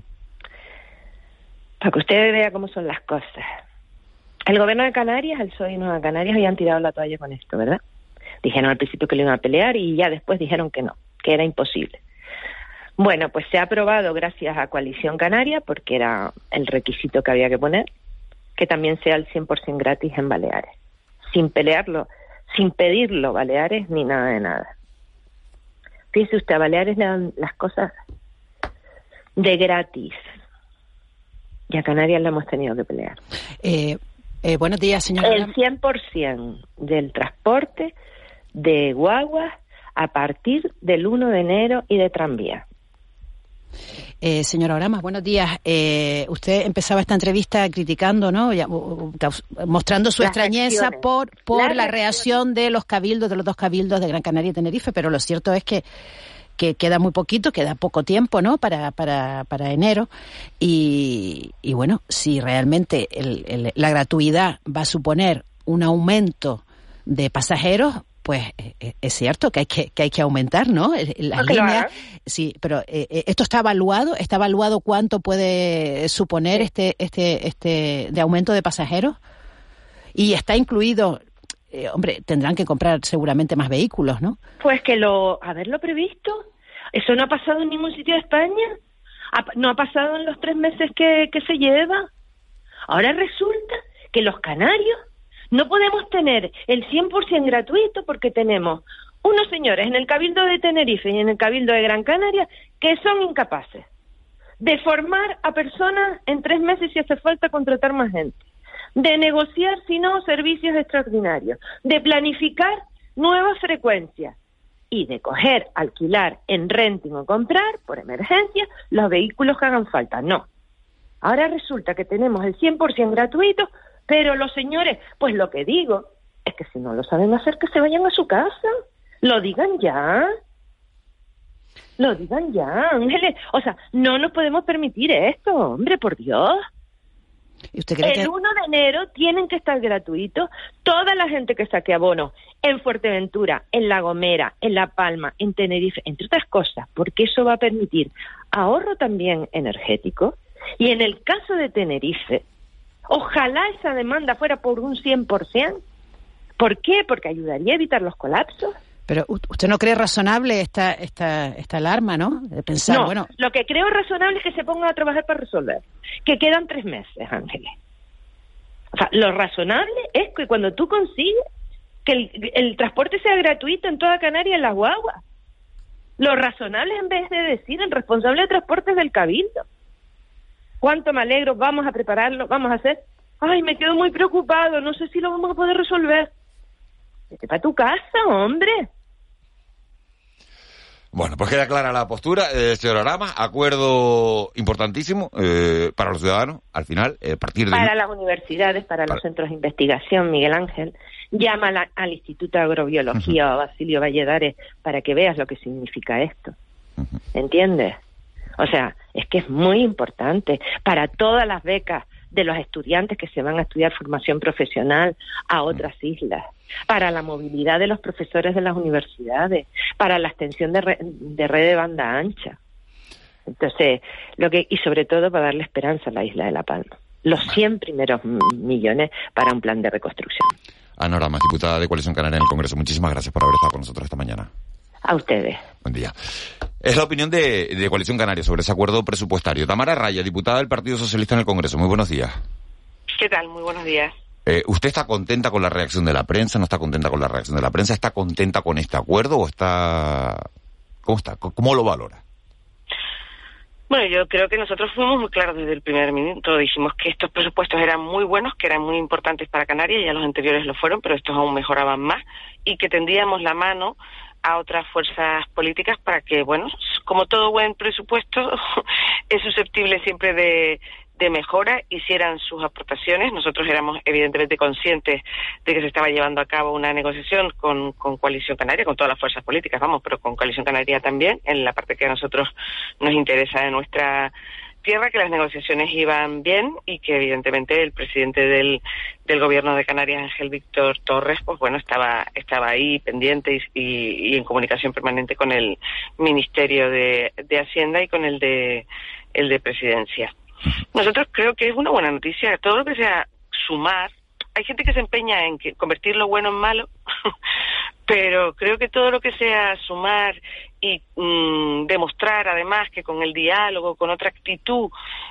Para que usted vea cómo son las cosas. El gobierno de Canarias, el PSOE y Nueva Canarias, habían tirado la toalla con esto, ¿verdad? Dijeron al principio que lo iban a pelear y ya después dijeron que no, que era imposible. Bueno, pues se ha aprobado gracias a Coalición Canaria, porque era el requisito que había que poner, que también sea el 100% gratis en Baleares. Sin pedirlo Baleares ni nada de nada. Fíjese usted, a Baleares le dan las cosas de gratis. Y a Canarias le hemos tenido que pelear. Buenos días, señora. El 100% del transporte de guaguas a partir del 1 de enero y de tranvía. Señora Oramas, buenos días. Usted empezaba esta entrevista criticando, ¿no? Mostrando su extrañeza por la reacción de los dos cabildos de Gran Canaria y Tenerife, pero lo cierto es que queda muy poquito, queda poco tiempo, ¿no? Para enero y bueno, si realmente la gratuidad va a suponer un aumento de pasajeros, pues es cierto que hay que aumentar, ¿no? Las líneas, sí, pero esto está evaluado cuánto puede suponer este de aumento de pasajeros, y está incluido. Hombre, tendrán que comprar seguramente más vehículos, ¿no? Pues que haberlo previsto. Eso no ha pasado en ningún sitio de España. No ha pasado en los 3 meses que se lleva. Ahora resulta que los canarios no podemos tener el 100% gratuito porque tenemos unos señores en el Cabildo de Tenerife y en el Cabildo de Gran Canaria que son incapaces de formar a personas en 3 meses si hace falta contratar más gente, de negociar, si no, servicios extraordinarios, de planificar nuevas frecuencias y de coger, alquilar, en renting o comprar, por emergencia, los vehículos que hagan falta. No. Ahora resulta que tenemos el 100% gratuito, pero los señores, pues lo que digo es que si no lo saben hacer, que se vayan a su casa. Lo digan ya. Ángeles. O sea, no nos podemos permitir esto, hombre, por Dios. ¿Y usted cree el 1 de enero tienen que estar gratuitos toda la gente que saque abono en Fuerteventura, en La Gomera, en La Palma, en Tenerife, entre otras cosas, porque eso va a permitir ahorro también energético. Y en el caso de Tenerife, ojalá esa demanda fuera por un 100%. ¿Por qué? Porque ayudaría a evitar los colapsos. Pero usted no cree razonable esta alarma, ¿no? De pensar, no, bueno, lo que creo razonable es que se pongan a trabajar para resolver. Que quedan 3 meses, Ángeles. O sea, lo razonable es que cuando tú consigues que el transporte sea gratuito en toda Canarias en las guaguas, lo razonable es en vez de decir el responsable de transportes del Cabildo. ¿Cuánto me alegro? Vamos a prepararlo, vamos a hacer. Ay, me quedo muy preocupado, no sé si lo vamos a poder resolver. Vete para tu casa, hombre. Bueno, pues queda clara la postura, señor Aramas, acuerdo importantísimo para los ciudadanos, al final, partir de... Para las universidades, para los centros de investigación, Miguel Ángel, llama al Instituto de Agrobiología o a Basilio Valladares para que veas lo que significa esto. ¿Entiendes? O sea, es que es muy importante para todas las becas de los estudiantes que se van a estudiar formación profesional a otras islas, para la movilidad de los profesores de las universidades, para la extensión de red de banda ancha. Entonces, y sobre todo para darle esperanza a la isla de La Palma. Los 100 primeros millones para un plan de reconstrucción. Ana Oramas, diputada de Coalición Canaria en el Congreso. Muchísimas gracias por haber estado con nosotros esta mañana. A ustedes. Buen día. Es la opinión de Coalición Canaria sobre ese acuerdo presupuestario. Tamara Raya, diputada del Partido Socialista en el Congreso. Muy buenos días. ¿Qué tal? Muy buenos días. ¿Usted está contenta con la reacción de la prensa? ¿No está contenta con la reacción de la prensa? ¿Está contenta con este acuerdo o está...? ¿Cómo está? ¿Cómo lo valora? Bueno, yo creo que nosotros fuimos muy claros desde el primer minuto. Dijimos que estos presupuestos eran muy buenos, que eran muy importantes para Canarias, ya los anteriores lo fueron, pero estos aún mejoraban más, y que tendíamos la mano a otras fuerzas políticas para que, bueno, como todo buen presupuesto, es susceptible siempre de mejora, hicieran sus aportaciones. Nosotros éramos evidentemente conscientes de que se estaba llevando a cabo una negociación con Coalición Canaria, con todas las fuerzas políticas, pero con Coalición Canaria también, en la parte que a nosotros nos interesa de nuestra tierra, que las negociaciones iban bien y que evidentemente el presidente del gobierno de Canarias, Ángel Víctor Torres, pues bueno, estaba ahí pendiente y en comunicación permanente con el Ministerio de Hacienda y con el de Presidencia. Nosotros creo que es una buena noticia, todo lo que sea sumar. Hay gente que se empeña en convertir lo bueno en malo, pero creo que todo lo que sea sumar y demostrar además que con el diálogo, con otra actitud,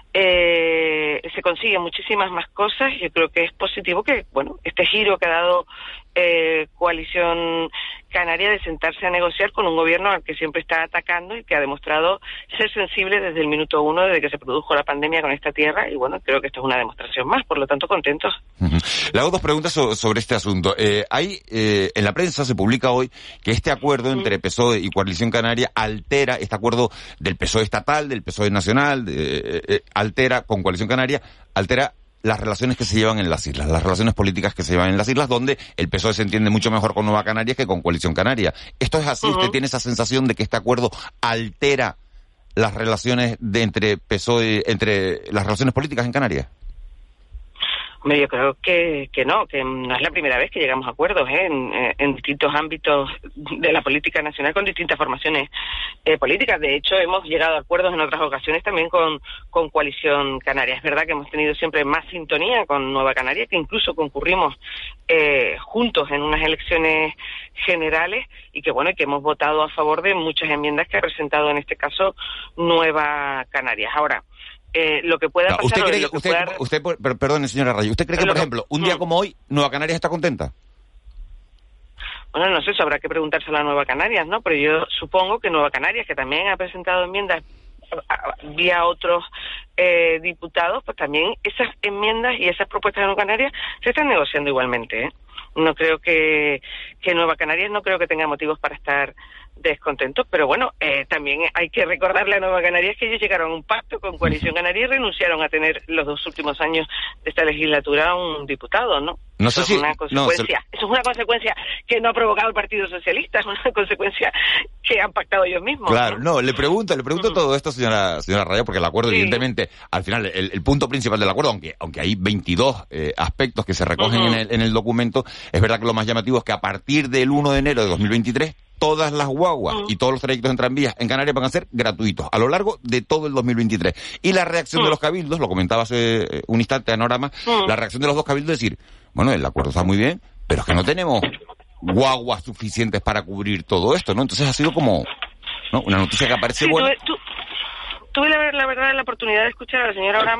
se consiguen muchísimas más cosas. Yo creo que es positivo que, bueno, este giro que ha dado Coalición Canaria de sentarse a negociar con un gobierno al que siempre está atacando y que ha demostrado ser sensible desde el minuto uno, desde que se produjo la pandemia con esta tierra, y bueno, creo que esto es una demostración más, por lo tanto contentos. Le hago dos preguntas sobre este asunto. En la prensa se publica hoy que este acuerdo entre PSOE y Coalición Canaria altera, este acuerdo del PSOE estatal, del PSOE nacional, altera con Coalición Canaria, altera las relaciones que se llevan en las islas, las relaciones políticas que se llevan en las islas, donde el PSOE se entiende mucho mejor con Nueva Canarias que con Coalición Canaria. ¿Esto es así? ¿Usted tiene esa sensación de que este acuerdo altera las relaciones entre PSOE, entre las relaciones políticas en Canarias? Yo creo que no es la primera vez que llegamos a acuerdos en distintos ámbitos de la política nacional con distintas formaciones políticas. De hecho, hemos llegado a acuerdos en otras ocasiones también con Coalición Canaria. Es verdad que hemos tenido siempre más sintonía con Nueva Canaria, que incluso concurrimos juntos en unas elecciones generales y que bueno, que hemos votado a favor de muchas enmiendas que ha presentado en este caso Nueva Canarias. Ahora, lo que pueda pasar... Perdone, señora Raya, ¿usted cree que, por ejemplo, un día como hoy, Nueva Canarias está contenta? Bueno, no sé, eso habrá que preguntárselo a Nueva Canarias, ¿no? Pero yo supongo que Nueva Canarias, que también ha presentado enmiendas vía otros diputados, pues también esas enmiendas y esas propuestas de Nueva Canarias se están negociando igualmente, ¿eh? No creo que Nueva Canarias no creo que tenga motivos para estar descontentos, pero bueno, también hay que recordarle a Nueva Canarias que ellos llegaron a un pacto con Coalición Canaria y renunciaron a tener los 2 últimos años de esta legislatura un diputado, ¿no? No sé si... Eso es una consecuencia que no ha provocado el Partido Socialista, es una consecuencia que han pactado ellos mismos. Claro, no, le pregunto todo esto, señora Raya, porque el acuerdo, evidentemente, al final, el punto principal del acuerdo, aunque hay 22 aspectos que se recogen en el documento, es verdad que lo más llamativo es que a partir del 1 de enero de 2023, todas las guaguas y todos los trayectos en tranvías en Canarias van a ser gratuitos a lo largo de todo el 2023. Y la reacción de los cabildos, lo comentaba hace un instante Anorama, la reacción de los dos cabildos es decir, bueno, el acuerdo está muy bien, pero es que no tenemos guaguas suficientes para cubrir todo esto, ¿no? Entonces ha sido como, ¿no?, una noticia que aparece buena. Tuve la verdad la oportunidad de escuchar a la señora Oramas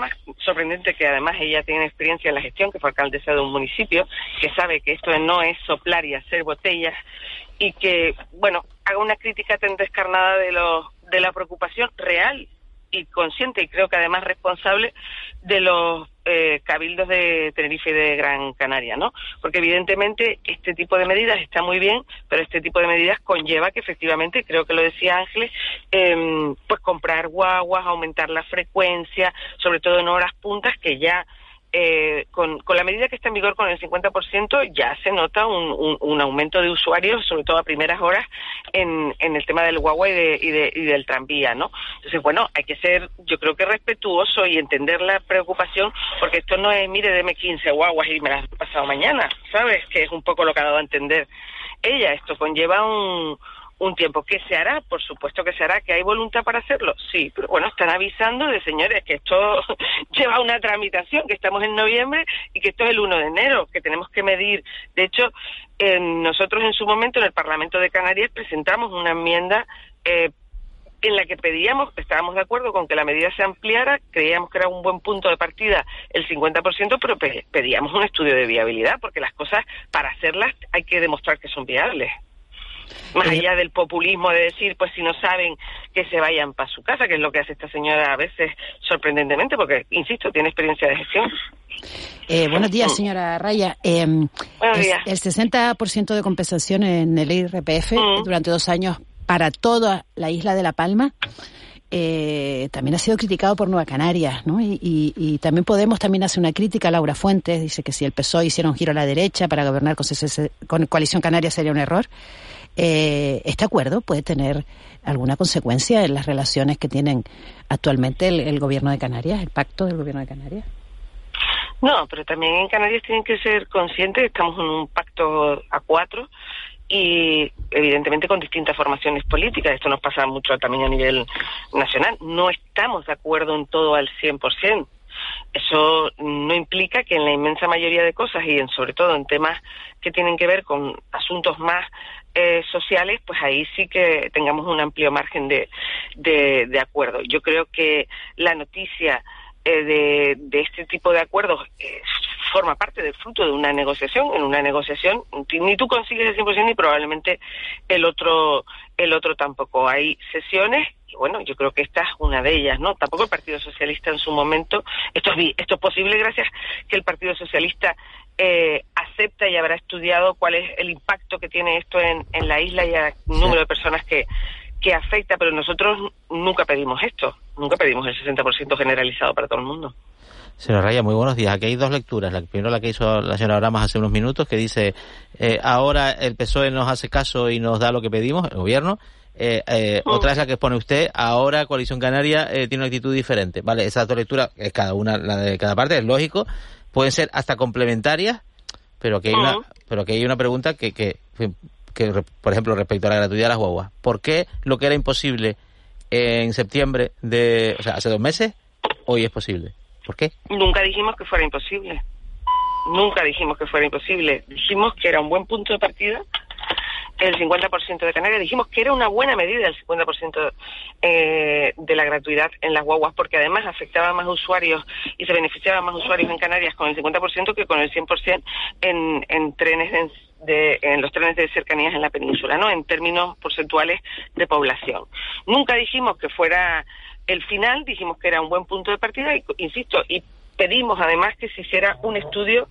sorprendente que además ella tiene experiencia en la gestión, que fue alcaldesa de un municipio, que sabe que esto no es soplar y hacer botellas, y que, bueno, haga una crítica tan descarnada de la preocupación real y consciente, y creo que además responsable, de los cabildos de Tenerife y de Gran Canaria, ¿no? Porque evidentemente este tipo de medidas está muy bien, pero este tipo de medidas conlleva que efectivamente, creo que lo decía Ángeles, pues comprar guaguas, aumentar la frecuencia, sobre todo en horas puntas, que ya con la medida que está en vigor con el 50% ya se nota un aumento de usuarios, sobre todo a primeras horas, en el tema del guagua y del tranvía, ¿no? Entonces, bueno, hay que ser, yo creo que respetuoso y entender la preocupación, porque esto no es, mire, deme 15 guaguas y me las he pasado mañana, ¿sabes? Que es un poco lo que ha dado a entender ella. Esto conlleva un tiempo. ¿Qué se hará? Por supuesto que se hará. ¿Que hay voluntad para hacerlo? Sí, pero bueno, están avisando de, señores, que esto lleva una tramitación, que estamos en noviembre y que esto es el 1 de enero, que tenemos que medir. De hecho, nosotros en su momento en el Parlamento de Canarias presentamos una enmienda en la que estábamos de acuerdo con que la medida se ampliara, creíamos que era un buen punto de partida el 50%, pero pedíamos un estudio de viabilidad, porque las cosas, para hacerlas, hay que demostrar que son viables. Más allá del populismo de decir, pues si no saben, que se vayan para su casa, que es lo que hace esta señora a veces sorprendentemente, porque, insisto, tiene experiencia de gestión. Buenos días, señora Raya. Buenos días. El 60% de compensación en el IRPF durante 2 años para toda la isla de La Palma también ha sido criticado por Nueva Canarias, ¿no? Y también Podemos también hace una crítica. Laura Fuentes dice que si el PSOE hiciera un giro a la derecha para gobernar con Coalición Canaria sería un error. ¿Este acuerdo puede tener alguna consecuencia en las relaciones que tienen actualmente el gobierno de Canarias, el pacto del gobierno de Canarias? No, pero también en Canarias tienen que ser conscientes que estamos en un pacto a 4 y evidentemente con distintas formaciones políticas. Esto nos pasa mucho también a nivel nacional. No estamos de acuerdo en todo al 100%. Eso no implica que en la inmensa mayoría de cosas y sobre todo en temas que tienen que ver con asuntos más sociales, pues ahí sí que tengamos un amplio margen de acuerdo. Yo creo que la noticia de este tipo de acuerdos forma parte del fruto de una negociación. En una negociación ni tú consigues el 100% ni probablemente el otro tampoco. Hay sesiones y bueno, yo creo que esta es una de ellas, ¿no? Tampoco el Partido Socialista en su momento, esto es posible gracias que el Partido Socialista acepta y habrá estudiado cuál es el impacto que tiene esto en la isla y al número de personas que afecta, pero nosotros nunca pedimos esto, nunca pedimos el 60% generalizado para todo el mundo. Señora Raya, muy buenos días. Aquí hay 2 lecturas. La primera, la que hizo la señora Bramas hace unos minutos, que dice ahora el PSOE nos hace caso y nos da lo que pedimos, el gobierno. Otra es la que pone usted, ahora Coalición Canaria tiene una actitud diferente. Vale, esas 2 lecturas, cada una, la de cada parte, es lógico, pueden ser hasta complementarias, pero que hay una pregunta que por ejemplo, respecto a la gratuidad de las guaguas. ¿Por qué lo que era imposible en septiembre hace 2 meses, hoy es posible? ¿Por qué? Nunca dijimos que fuera imposible. Nunca dijimos que fuera imposible. Dijimos que era un buen punto de partida el 50% de Canarias. Dijimos que era una buena medida el 50% de la gratuidad en las guaguas, porque además afectaba a más usuarios y se beneficiaba a más usuarios en Canarias con el 50% que con el 100% en trenes en los trenes de cercanías en la península, ¿no? En términos porcentuales de población. Nunca dijimos que fuera el final, dijimos que era un buen punto de partida y, insisto, y pedimos además que se hiciera un estudio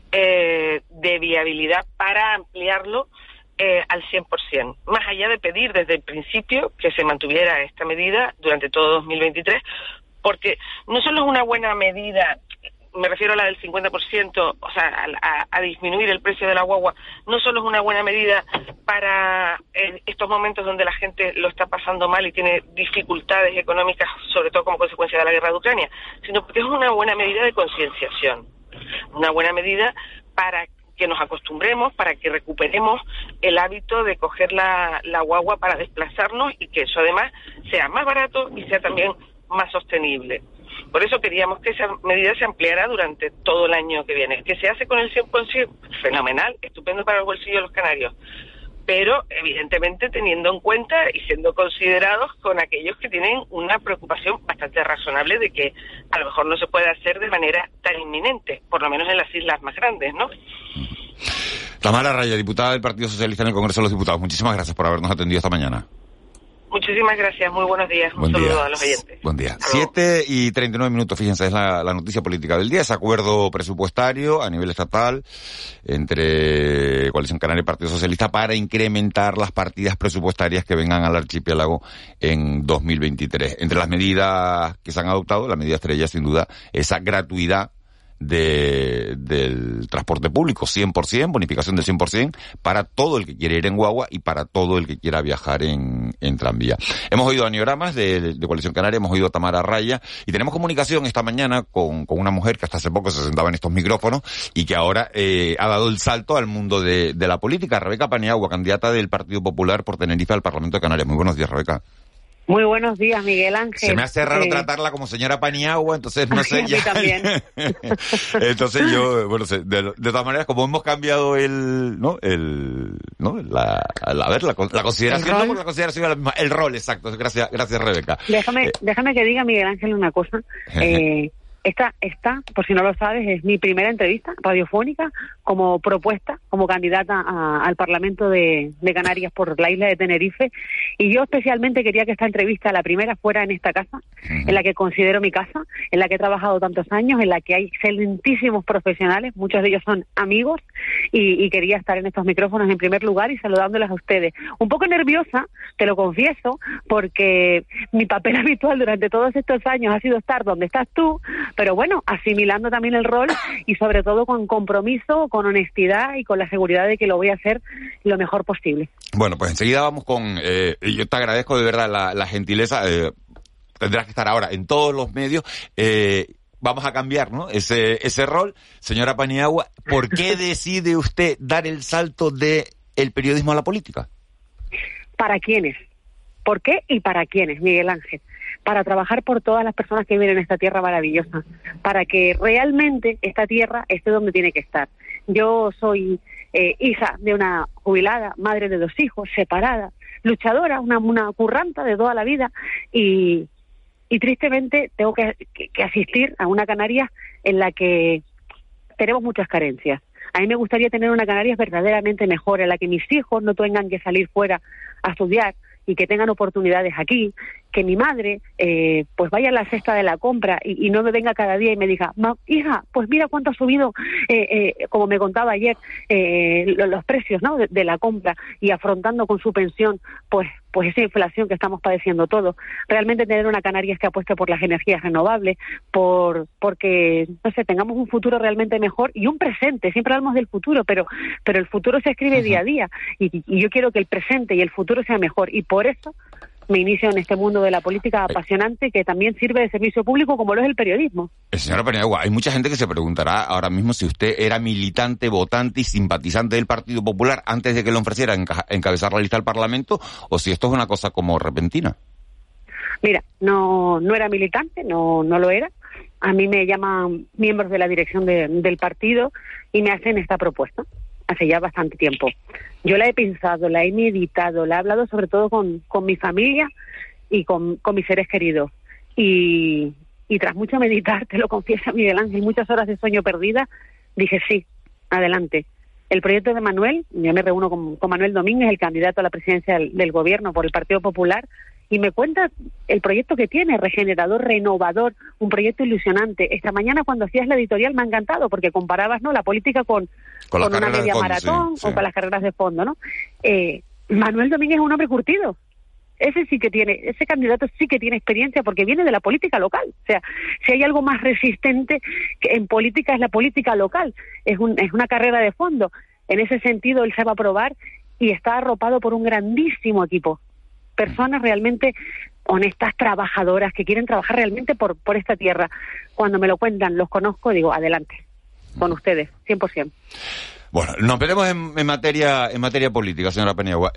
de viabilidad para ampliarlo al 100%, más allá de pedir desde el principio que se mantuviera esta medida durante todo 2023, porque no solo es una buena medida, me refiero a la del 50%, o sea, a disminuir el precio de la guagua, no solo es una buena medida para estos momentos donde la gente lo está pasando mal y tiene dificultades económicas, sobre todo como consecuencia de la guerra de Ucrania, sino porque es una buena medida de concienciación, una buena medida para que nos acostumbremos, para que recuperemos el hábito de coger la guagua para desplazarnos y que eso además sea más barato y sea también más sostenible. Por eso queríamos que esa medida se ampliara durante todo el año que viene. Que se hace con el 100%, fenomenal, estupendo para el bolsillo de los canarios. pero evidentemente teniendo en cuenta y siendo considerados con aquellos que tienen una preocupación bastante razonable de que a lo mejor no se puede hacer de manera tan inminente, por lo menos en las islas más grandes, ¿no? Tamara Raya, diputada del Partido Socialista en el Congreso de los Diputados, muchísimas gracias por habernos atendido esta mañana. Muchísimas gracias, muy buenos días. Un saludo a los oyentes. Buen día. 7:39, fíjense, es la noticia política del día. Es acuerdo presupuestario a nivel estatal entre Coalición Canaria y Partido Socialista para incrementar las partidas presupuestarias que vengan al archipiélago en 2023. Entre las medidas que se han adoptado, la medida estrella, sin duda, esa gratuidad del transporte público, 100%, bonificación del 100% para todo el que quiere ir en guagua y para todo el que quiera viajar en tranvía. Hemos oído a Anioramas de Coalición Canaria, hemos oído a Tamara Raya y tenemos comunicación esta mañana con una mujer que hasta hace poco se sentaba en estos micrófonos y que ahora ha dado el salto al mundo de la política. Rebeca Paniagua, candidata del Partido Popular por Tenerife al Parlamento de Canarias. Muy buenos días, Rebeca. Muy buenos días, Miguel Ángel. Se me hace raro tratarla como señora Paniagua, entonces no sé ya. A mí también. Entonces yo, bueno, de todas maneras, como hemos cambiado la consideración, no por la consideración es la misma, el rol, exacto. Gracias, Rebeca. Déjame que diga, Miguel Ángel, una cosa. Esta, por si no lo sabes, es mi primera entrevista radiofónica como propuesta, como candidata al Parlamento de Canarias por la isla de Tenerife. Y yo especialmente quería que esta entrevista, la primera, fuera en esta casa, en la que considero mi casa, en la que he trabajado tantos años, en la que hay excelentísimos profesionales, muchos de ellos son amigos, y quería estar en estos micrófonos en primer lugar y saludándoles a ustedes. Un poco nerviosa, te lo confieso, porque mi papel habitual durante todos estos años ha sido estar donde estás tú, pero bueno, asimilando también el rol y sobre todo con compromiso, con honestidad y con la seguridad de que lo voy a hacer lo mejor posible. Bueno, pues enseguida vamos con... yo te agradezco de verdad la gentileza. Tendrás que estar ahora en todos los medios. Vamos a cambiar, ¿no? Ese rol. Señora Paniagua, ¿por qué decide usted dar el salto del periodismo a la política? ¿Para quiénes? ¿Por qué y para quiénes, Miguel Ángel? Para trabajar por todas las personas que viven en esta tierra maravillosa, para que realmente esta tierra esté donde tiene que estar. Yo soy hija de una jubilada, madre de 2 hijos, separada, luchadora, una curranta de toda la vida y tristemente tengo que asistir a una Canarias en la que tenemos muchas carencias. A mí me gustaría tener una Canarias verdaderamente mejor, en la que mis hijos no tengan que salir fuera a estudiar y que tengan oportunidades aquí, que mi madre pues vaya a la cesta de la compra y no me venga cada día y me diga, hija, pues mira cuánto ha subido, como me contaba ayer, los precios, ¿no?, de la compra, y afrontando con su pensión pues esa inflación que estamos padeciendo todos. Realmente tener una Canarias que apueste por las energías renovables, porque no sé, tengamos un futuro realmente mejor y un presente. Siempre hablamos del futuro, pero el futuro se escribe día a día y yo quiero que el presente y el futuro sea mejor, y por eso me inicio en este mundo de la política apasionante que también sirve de servicio público como lo es el periodismo. Señora Paniagua, hay mucha gente que se preguntará ahora mismo si usted era militante, votante y simpatizante del Partido Popular antes de que le ofreciera encabezar la lista al Parlamento, o si esto es una cosa como repentina. Mira, no era militante, no lo era. A mí me llaman miembros de la dirección del partido y me hacen esta propuesta hace ya bastante tiempo. Yo la he pensado, la he meditado, la he hablado sobre todo con mi familia y con mis seres queridos. Y tras mucho meditar, te lo confieso, Miguel Ángel, muchas horas de sueño perdida, dije sí, adelante. El proyecto de Manuel, yo me reúno con Manuel Domínguez, el candidato a la presidencia del gobierno por el Partido Popular, y me cuenta el proyecto que tiene, regenerador, renovador, un proyecto ilusionante. Esta mañana cuando hacías la editorial me ha encantado porque comparabas, ¿no?, la política con una media maratón, sí, o con las carreras de fondo, ¿no? Manuel Domínguez es un hombre curtido. Ese candidato sí que tiene experiencia porque viene de la política local. O sea, si hay algo más resistente en política es la política local. Es una carrera de fondo. En ese sentido él se va a probar y está arropado por un grandísimo equipo. Personas realmente honestas, trabajadoras, que quieren trabajar realmente por esta tierra. Cuando me lo cuentan, los conozco, digo, adelante, con ustedes, 100%. Bueno, nos metemos en materia política, señora Paniagua.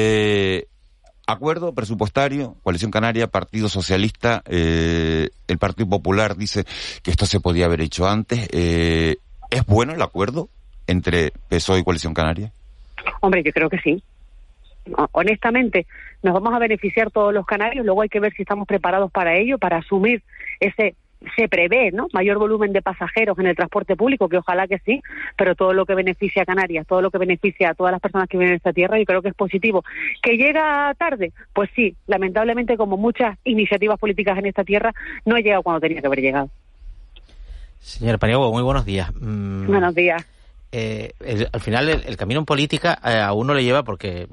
Acuerdo presupuestario, Coalición Canaria, Partido Socialista, el Partido Popular dice que esto se podía haber hecho antes. ¿Es bueno el acuerdo entre PSOE y Coalición Canaria? Hombre, yo creo que sí. honestamente, nos vamos a beneficiar todos los canarios. Luego hay que ver si estamos preparados para ello, para asumir se prevé, ¿no?, mayor volumen de pasajeros en el transporte público, que ojalá que sí, pero todo lo que beneficia a Canarias, todo lo que beneficia a todas las personas que viven en esta tierra, yo creo que es positivo. ¿Que llega tarde? Pues sí, lamentablemente, como muchas iniciativas políticas en esta tierra, no ha llegado cuando tenía que haber llegado. Señora Paniagua, muy buenos días. Buenos días. Al final el camino en política a uno le lleva porque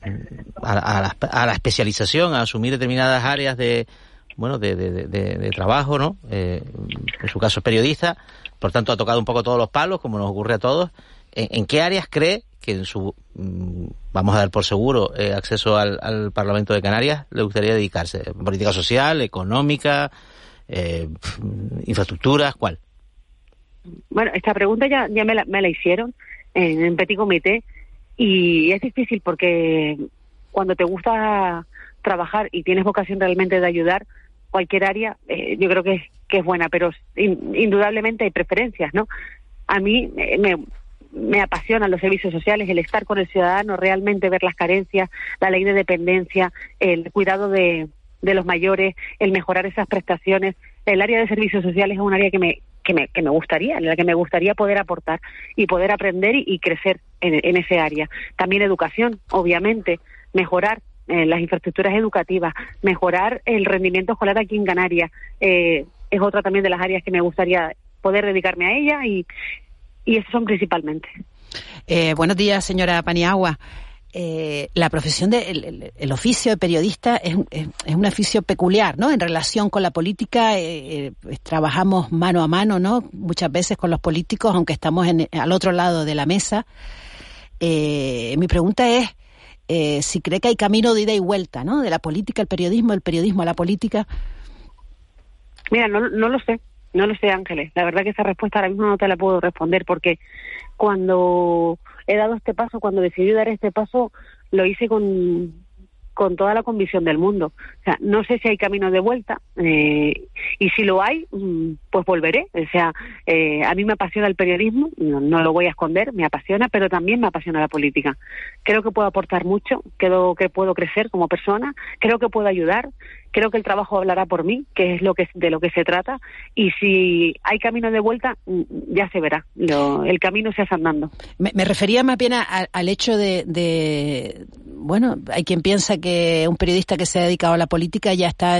a la especialización, a asumir determinadas áreas de trabajo, ¿no? En su caso es periodista, por tanto ha tocado un poco todos los palos, como nos ocurre a todos. ¿En qué áreas cree que en su, vamos a dar por seguro, acceso al Parlamento de Canarias le gustaría dedicarse? ¿Política social, económica, infraestructuras, cuál? Bueno, esta pregunta ya me la hicieron en Petit Comité, y es difícil porque cuando te gusta trabajar y tienes vocación realmente de ayudar, cualquier área yo creo que es buena, pero indudablemente hay preferencias, ¿no? A mí me apasionan los servicios sociales, el estar con el ciudadano, realmente ver las carencias, la ley de dependencia, el cuidado de los mayores, el mejorar esas prestaciones. El área de servicios sociales es un área que me gustaría, en la que me gustaría poder aportar y poder aprender y crecer en ese área. También educación, obviamente, mejorar las infraestructuras educativas, mejorar el rendimiento escolar aquí en Canarias, es otra también de las áreas que me gustaría poder dedicarme a ella, y esos son principalmente. Buenos días, señora Paniagua. La profesión el oficio de periodista es un oficio peculiar, ¿no? En relación con la política, trabajamos mano a mano, ¿no?, muchas veces con los políticos, aunque estamos al otro lado de la mesa. Mi pregunta es si cree que hay camino de ida y vuelta, ¿no?, de la política al periodismo, del periodismo a la política. Mira, no lo sé, Ángeles. La verdad que esa respuesta ahora mismo no te la puedo responder, porque cuando he dado este paso, cuando decidí dar este paso, lo hice con toda la convicción del mundo. O sea, no sé si hay camino de vuelta, y si lo hay, pues volveré. O sea, a mí me apasiona el periodismo, no lo voy a esconder, me apasiona, pero también me apasiona la política. Creo que puedo aportar mucho, creo que puedo crecer como persona, creo que puedo ayudar, creo que el trabajo hablará por mí, que es de lo que se trata, y si hay camino de vuelta, ya se verá. El camino se hace andando. Me refería más bien al hecho de bueno, hay quien piensa que un periodista que se ha dedicado a la política ya está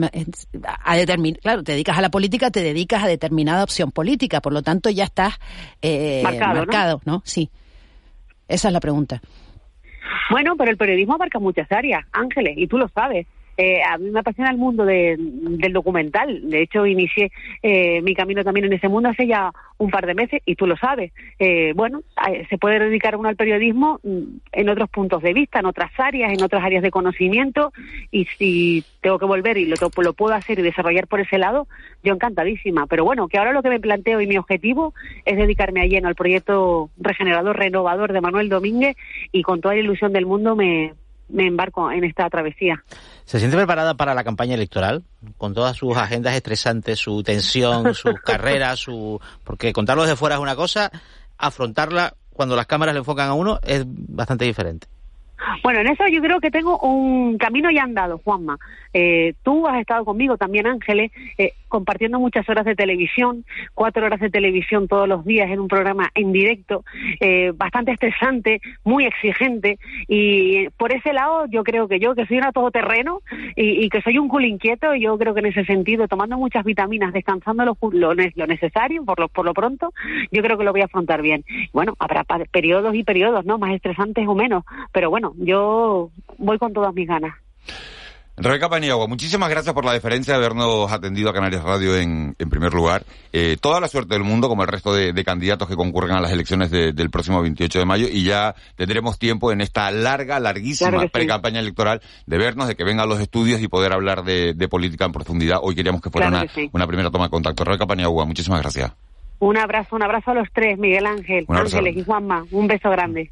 claro, te dedicas a la política, te dedicas a determinada opción política, por lo tanto ya estás marcado, ¿no? Sí, esa es la pregunta. Bueno, pero el periodismo abarca muchas áreas, Ángeles, y tú lo sabes. A mí me apasiona el mundo del documental. De hecho, inicié mi camino también en ese mundo hace ya un par de meses, y tú lo sabes. Bueno, se puede dedicar uno al periodismo en otros puntos de vista, en otras áreas de conocimiento, y si tengo que volver y lo puedo hacer y desarrollar por ese lado, yo encantadísima. Pero bueno, que ahora lo que me planteo y mi objetivo es dedicarme a lleno al proyecto regenerador, renovador de Manuel Domínguez, y con toda la ilusión del mundo me embarco en esta travesía. ¿Se siente preparada para la campaña electoral? Con todas sus agendas estresantes, su tensión, sus carreras, porque contarlo desde fuera es una cosa, afrontarla cuando las cámaras le enfocan a uno es bastante diferente. Bueno, en eso yo creo que tengo un camino ya andado, Juanma. Tú has estado conmigo también, Ángeles, compartiendo muchas horas de televisión, 4 horas de televisión todos los días en un programa en directo, bastante estresante, muy exigente, y por ese lado yo creo que soy una todoterreno y que soy un culo inquieto, y yo creo que en ese sentido, tomando muchas vitaminas, descansando lo necesario, por lo pronto, yo creo que lo voy a afrontar bien. Bueno, habrá periodos y periodos, ¿no?, más estresantes o menos, pero bueno, yo voy con todas mis ganas. Rebeca Paniagua, muchísimas gracias por la deferencia de habernos atendido a Canarias Radio en primer lugar. Toda la suerte del mundo, como el resto de candidatos que concurren a las elecciones del próximo 28 de mayo, y ya tendremos tiempo en esta larguísima pre-campaña electoral de vernos, de que vengan los estudios y poder hablar de política en profundidad. Hoy queríamos que fuera una primera toma de contacto. Rebeca Paniagua, muchísimas gracias. Un abrazo a los tres, Miguel Ángel, Ángeles y Juanma. Un beso grande.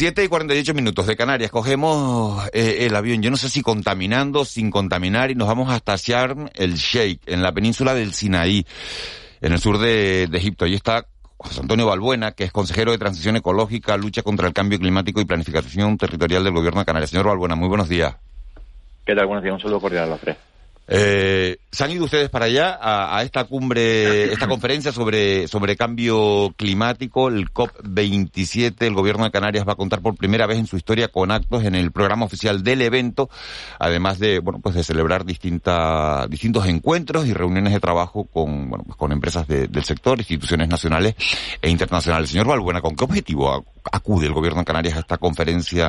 7:48 de Canarias, cogemos el avión, yo no sé si contaminando, sin contaminar, y nos vamos hasta Sharm el Sheikh, en la península del Sinaí, en el sur de Egipto. Allí está José Antonio Balbuena, que es consejero de Transición Ecológica, Lucha contra el Cambio Climático y Planificación Territorial del Gobierno de Canarias. Señor Balbuena, muy buenos días. ¿Qué tal? Buenos días. Un saludo cordial a los tres. ¿Se han ido ustedes para allá a esta cumbre, esta conferencia sobre cambio climático, el COP27? El Gobierno de Canarias va a contar por primera vez en su historia con actos en el programa oficial del evento, además de, de celebrar distintos encuentros y reuniones de trabajo con empresas del sector, instituciones nacionales e internacionales. Señor Balbuena, ¿con qué objetivo acude el Gobierno de Canarias a esta conferencia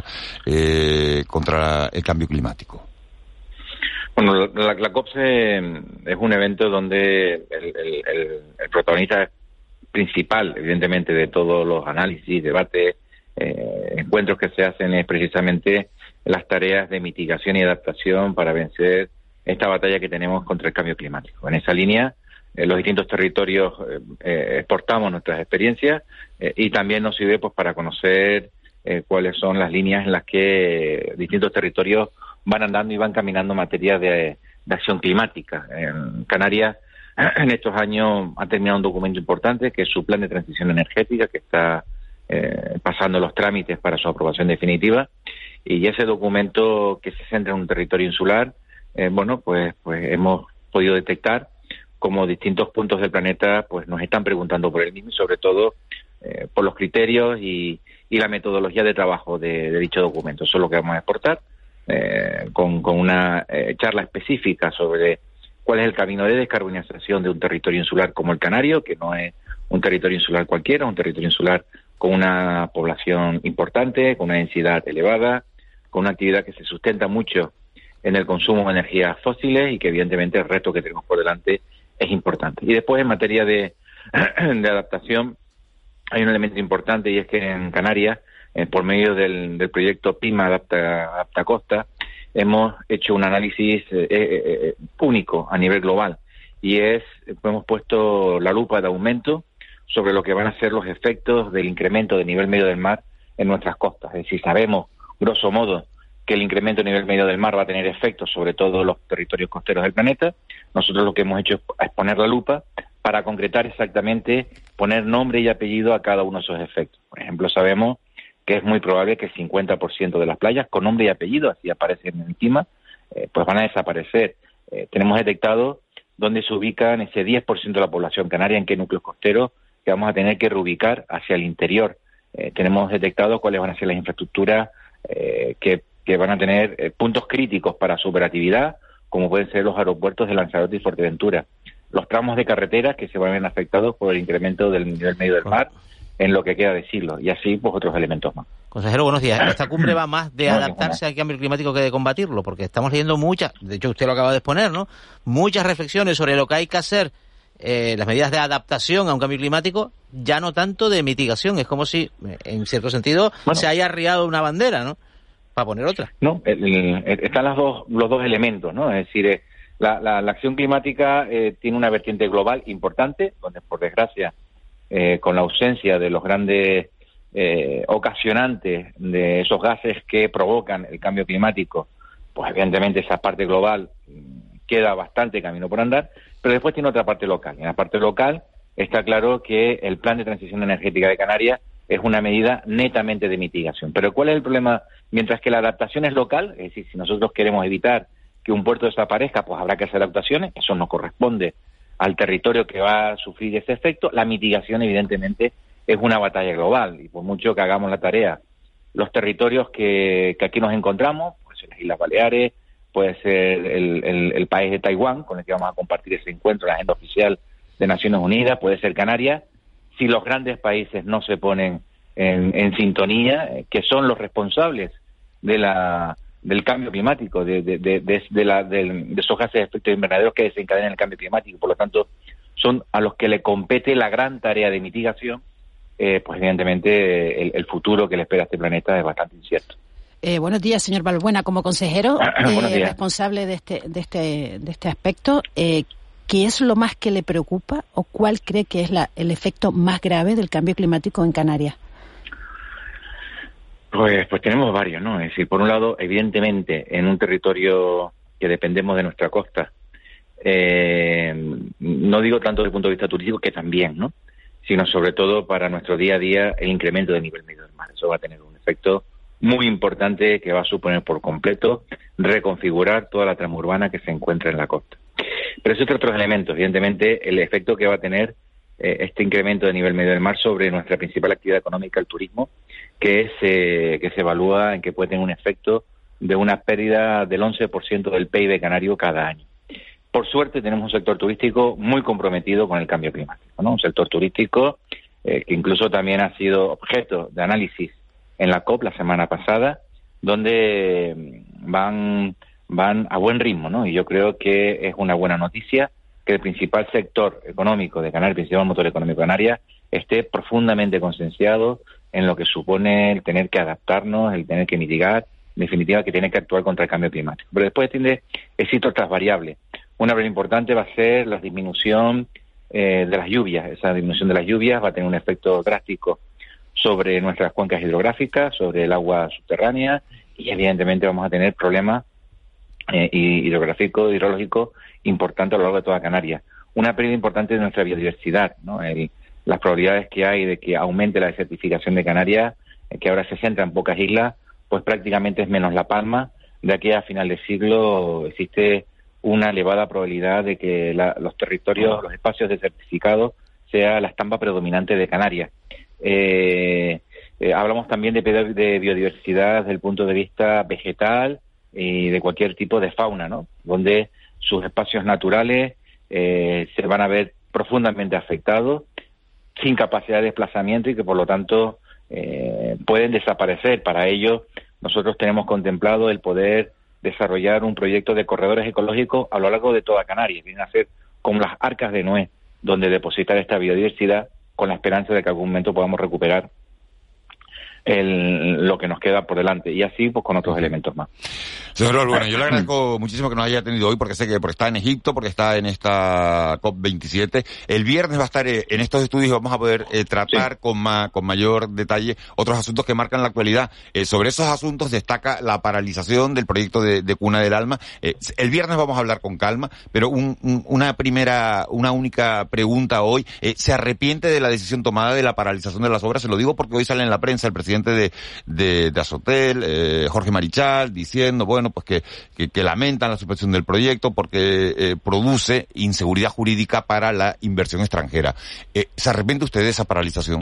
contra el cambio climático? Bueno, la COP es un evento donde el protagonista principal, evidentemente, de todos los análisis, debates, encuentros que se hacen es precisamente las tareas de mitigación y adaptación para vencer esta batalla que tenemos contra el cambio climático. En esa línea, los distintos territorios exportamos nuestras experiencias y también nos sirve para conocer cuáles son las líneas en las que distintos territorios van andando y van caminando en materia de acción climática. En Canarias, en estos años, ha terminado un documento importante, que es su plan de transición energética, que está pasando los trámites para su aprobación definitiva. Y ese documento, que se centra en un territorio insular, pues hemos podido detectar cómo distintos puntos del planeta nos están preguntando por el mismo y, sobre todo, por los criterios y la metodología de trabajo de dicho documento. Eso es lo que vamos a exportar. Con una charla específica sobre cuál es el camino de descarbonización de un territorio insular como el Canario, que no es un territorio insular cualquiera, un territorio insular con una población importante, con una densidad elevada, con una actividad que se sustenta mucho en el consumo de energías fósiles y que evidentemente el reto que tenemos por delante es importante. Y después, en materia de adaptación, hay un elemento importante, y es que en Canarias, por medio del proyecto PIMA Adapta Costa, hemos hecho un análisis único a nivel global, y hemos puesto la lupa de aumento sobre lo que van a ser los efectos del incremento del nivel medio del mar en nuestras costas. Es decir, sabemos, grosso modo, que el incremento del nivel medio del mar va a tener efectos sobre todos los territorios costeros del planeta. Nosotros lo que hemos hecho es poner la lupa para concretar exactamente, poner nombre y apellido a cada uno de esos efectos. Por ejemplo, sabemos que es muy probable que el 50% de las playas, con nombre y apellido, así aparecen encima, van a desaparecer. Tenemos detectado dónde se ubican ese 10% de la población canaria, en qué núcleos costeros, que vamos a tener que reubicar hacia el interior. Tenemos detectado cuáles van a ser las infraestructuras que van a tener puntos críticos para su operatividad, como pueden ser los aeropuertos de Lanzarote y Fuerteventura. Los tramos de carreteras que se van a ver afectados por el incremento del nivel medio del mar en lo que queda de siglo, y así otros elementos más. Consejero, buenos días. Esta cumbre va más de adaptarse al cambio climático que de combatirlo, porque estamos leyendo muchas, de hecho usted lo acaba de exponer, ¿no? Muchas reflexiones sobre lo que hay que hacer, las medidas de adaptación a un cambio climático, ya no tanto de mitigación. Es como si, en cierto sentido, se haya arriado una bandera, ¿no? Para poner otra. No, están los dos elementos, ¿no? Es decir, la acción climática tiene una vertiente global importante, donde por desgracia, con la ausencia de los grandes ocasionantes de esos gases que provocan el cambio climático, pues evidentemente esa parte global queda bastante camino por andar, pero después tiene otra parte local. En la parte local está claro que el plan de transición energética de Canarias es una medida netamente de mitigación. Pero ¿cuál es el problema? Mientras que la adaptación es local, es decir, si nosotros queremos evitar que un puerto desaparezca, pues habrá que hacer adaptaciones, eso no corresponde al territorio que va a sufrir ese efecto. La mitigación, evidentemente, es una batalla global, y por mucho que hagamos la tarea, los territorios que aquí nos encontramos, puede ser las Islas Baleares, puede ser el país de Taiwán, con el que vamos a compartir ese encuentro en la agenda oficial de Naciones Unidas, puede ser Canarias, si los grandes países no se ponen en sintonía, que son los responsables del cambio climático, de esos gases de efecto invernadero que desencadenan el cambio climático. Por lo tanto, son a los que le compete la gran tarea de mitigación. Pues evidentemente el futuro que le espera a este planeta es bastante incierto. Buenos días, señor Balbuena. Como consejero responsable de este aspecto, ¿qué es lo más que le preocupa o cuál cree que es el efecto más grave del cambio climático en Canarias? Pues tenemos varios, ¿no? Es decir, por un lado, evidentemente, en un territorio que dependemos de nuestra costa, no digo tanto desde el punto de vista turístico, que también, ¿no? sino sobre todo para nuestro día a día el incremento del nivel medio del mar. Eso va a tener un efecto muy importante que va a suponer por completo reconfigurar toda la trama urbana que se encuentra en la costa. Pero existen otros elementos, evidentemente el efecto que va a tener este incremento de nivel medio del mar sobre nuestra principal actividad económica, el turismo, que se evalúa en que puede tener un efecto de una pérdida del 11% del PIB canario cada año. Por suerte tenemos un sector turístico muy comprometido con el cambio climático, ¿no? Un sector turístico que incluso también ha sido objeto de análisis en la COP la semana pasada, donde van a buen ritmo, ¿no? Y yo creo que es una buena noticia que el principal sector económico de Canarias, el principal motor económico de Canarias, esté profundamente concienciado en lo que supone el tener que adaptarnos, el tener que mitigar, en definitiva, que tiene que actuar contra el cambio climático. Pero después existen otras variables. Una variable importante va a ser la disminución de las lluvias. Esa disminución de las lluvias va a tener un efecto drástico sobre nuestras cuencas hidrográficas, sobre el agua subterránea, y evidentemente vamos a tener problemas hidrológicos importantes a lo largo de toda Canarias. Una pérdida importante de nuestra biodiversidad, ¿no? Las probabilidades que hay de que aumente la desertificación de Canarias, que ahora se centra en pocas islas, pues prácticamente es menos La Palma. De aquí a final de siglo existe una elevada probabilidad de que los territorios, los espacios desertificados, sea la estampa predominante de Canarias. Hablamos también de biodiversidad desde el punto de vista vegetal y de cualquier tipo de fauna, ¿no? Donde sus espacios naturales se van a ver profundamente afectados, sin capacidad de desplazamiento y que por lo tanto pueden desaparecer. Para ello nosotros tenemos contemplado el poder desarrollar un proyecto de corredores ecológicos a lo largo de toda Canarias. Vienen a ser como las arcas de Noé, donde depositar esta biodiversidad con la esperanza de que en algún momento podamos recuperar lo que nos queda por delante, y así pues con otros elementos más. Señor Balbuena, yo le agradezco muchísimo que nos haya atendido hoy, porque sé que está en Egipto, porque está en esta COP27. El viernes va a estar en estos estudios y vamos a poder tratar con mayor detalle otros asuntos que marcan la actualidad. Sobre esos asuntos destaca la paralización del proyecto de Cuna del Alma. El viernes vamos a hablar con calma, pero una única pregunta hoy. ¿Se arrepiente de la decisión tomada de la paralización de las obras? Se lo digo porque hoy sale en la prensa el presidente de Azotel, Jorge Marichal, diciendo, bueno, pues que lamentan la suspensión del proyecto porque produce inseguridad jurídica para la inversión extranjera. ¿Se arrepiente usted de esa paralización?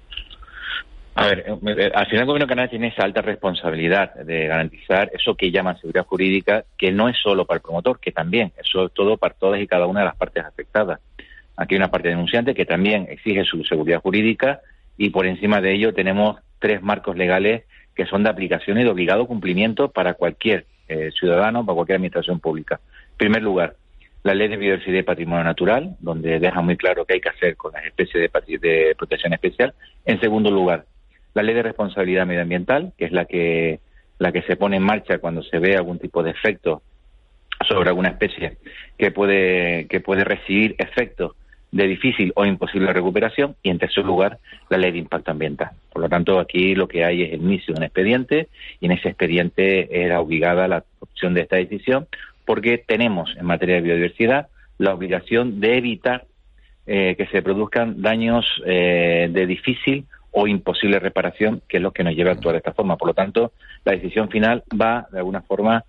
A ver, al final el gobierno de Canarias tiene esa alta responsabilidad de garantizar eso que llaman seguridad jurídica, que no es solo para el promotor, que también, eso es todo para todas y cada una de las partes afectadas. Aquí hay una parte denunciante que también exige su seguridad jurídica, y por encima de ello tenemos 3 marcos legales que son de aplicación y de obligado cumplimiento para cualquier ciudadano, para cualquier administración pública. En primer lugar, la Ley de Biodiversidad y Patrimonio Natural, donde deja muy claro qué hay que hacer con las especies de protección especial. En segundo lugar, la Ley de Responsabilidad Medioambiental, que es la que se pone en marcha cuando se ve algún tipo de efecto sobre alguna especie que puede recibir efectos de difícil o imposible recuperación. Y en tercer lugar, la Ley de Impacto Ambiental. Por lo tanto, aquí lo que hay es el inicio de un expediente, y en ese expediente era obligada la adopción de esta decisión, porque tenemos en materia de biodiversidad la obligación de evitar que se produzcan daños de difícil o imposible reparación, que es lo que nos lleva a actuar de esta forma. Por lo tanto, la decisión final va, de alguna forma,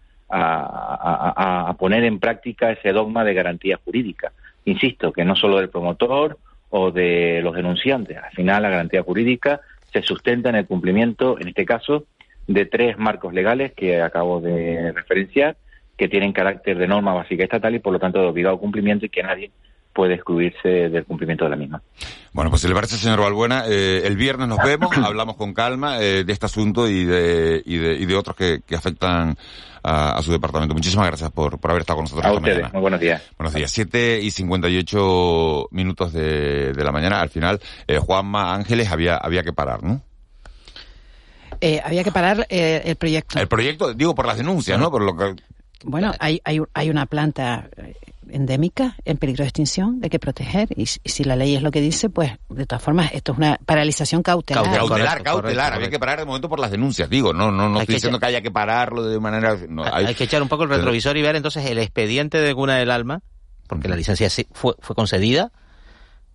a poner en práctica ese dogma de garantía jurídica. Insisto, que no solo del promotor o de los denunciantes. Al final, la garantía jurídica se sustenta en el cumplimiento, en este caso, de 3 marcos legales que acabo de referenciar, que tienen carácter de norma básica estatal y, por lo tanto, de obligado cumplimiento, y que nadie puede excluirse del cumplimiento de la misma. Bueno, pues si le parece, señor Balbuena, el viernes nos vemos, hablamos con calma de este asunto y de otros que afectan a su departamento. Muchísimas gracias por haber estado con nosotros esta mañana. Muy buenos días. Buenos días. 7:58 de la mañana. Al final, Juanma Ángeles, había que parar, ¿no? Había que parar el proyecto. El proyecto, digo, por las denuncias, ¿no? Por lo que... Bueno, hay una planta endémica en peligro de extinción, hay que proteger, y si la ley es lo que dice, pues de todas formas esto es una paralización cautelar. Cautelar. Había que parar de momento por las denuncias, digo, no estoy diciendo que haya que pararlo de manera... No, hay que echar un poco el retrovisor y ver entonces el expediente de Cuna del Alma, porque la licencia fue concedida,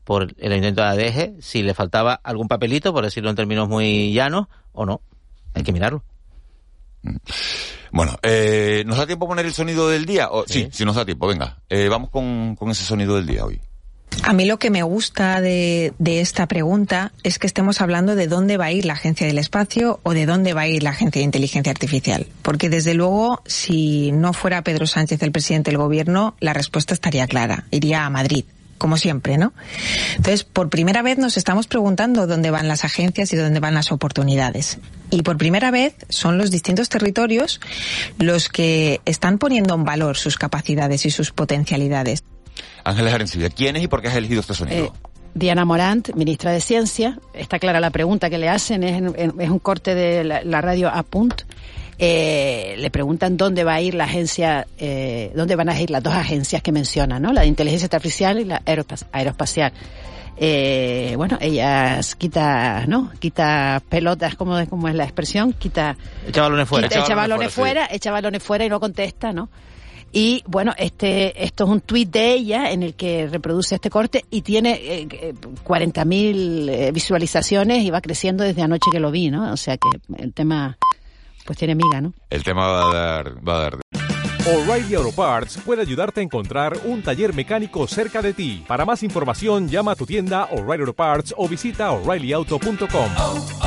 por el intento de ADG, si le faltaba algún papelito, por decirlo en términos muy llanos, o no. Hay que mirarlo. Bueno, ¿nos da tiempo a poner el sonido del día? Sí, nos da tiempo, venga. Vamos con ese sonido del día hoy. A mí lo que me gusta de esta pregunta es que estemos hablando de dónde va a ir la Agencia del Espacio o de dónde va a ir la Agencia de Inteligencia Artificial. Porque desde luego, si no fuera Pedro Sánchez el presidente del Gobierno, la respuesta estaría clara. Iría a Madrid, como siempre, ¿no? Entonces, por primera vez nos estamos preguntando dónde van las agencias y dónde van las oportunidades. Y por primera vez son los distintos territorios los que están poniendo en valor sus capacidades y sus potencialidades. Ángeles Arencibia, ¿quién es y por qué has elegido este sonido? Diana Morant, ministra de Ciencia. Está clara la pregunta que le hacen, es un corte de la radio Apunt. Le preguntan dónde va a ir la agencia, dónde van a ir las dos agencias que menciona, ¿no? La de inteligencia artificial y la aeroespacial. Bueno, ella quita pelotas, como es la expresión, echa balones fuera. Echa balones fuera y no contesta, ¿no? Y bueno, esto es un tuit de ella en el que reproduce este corte y tiene 40.000 visualizaciones y va creciendo desde anoche que lo vi, ¿no? O sea que el tema pues tiene miga, ¿no? El tema va a dar. O'Reilly Auto Parts puede ayudarte a encontrar un taller mecánico cerca de ti. Para más información, llama a tu tienda O'Reilly Auto Parts o visita O'ReillyAuto.com.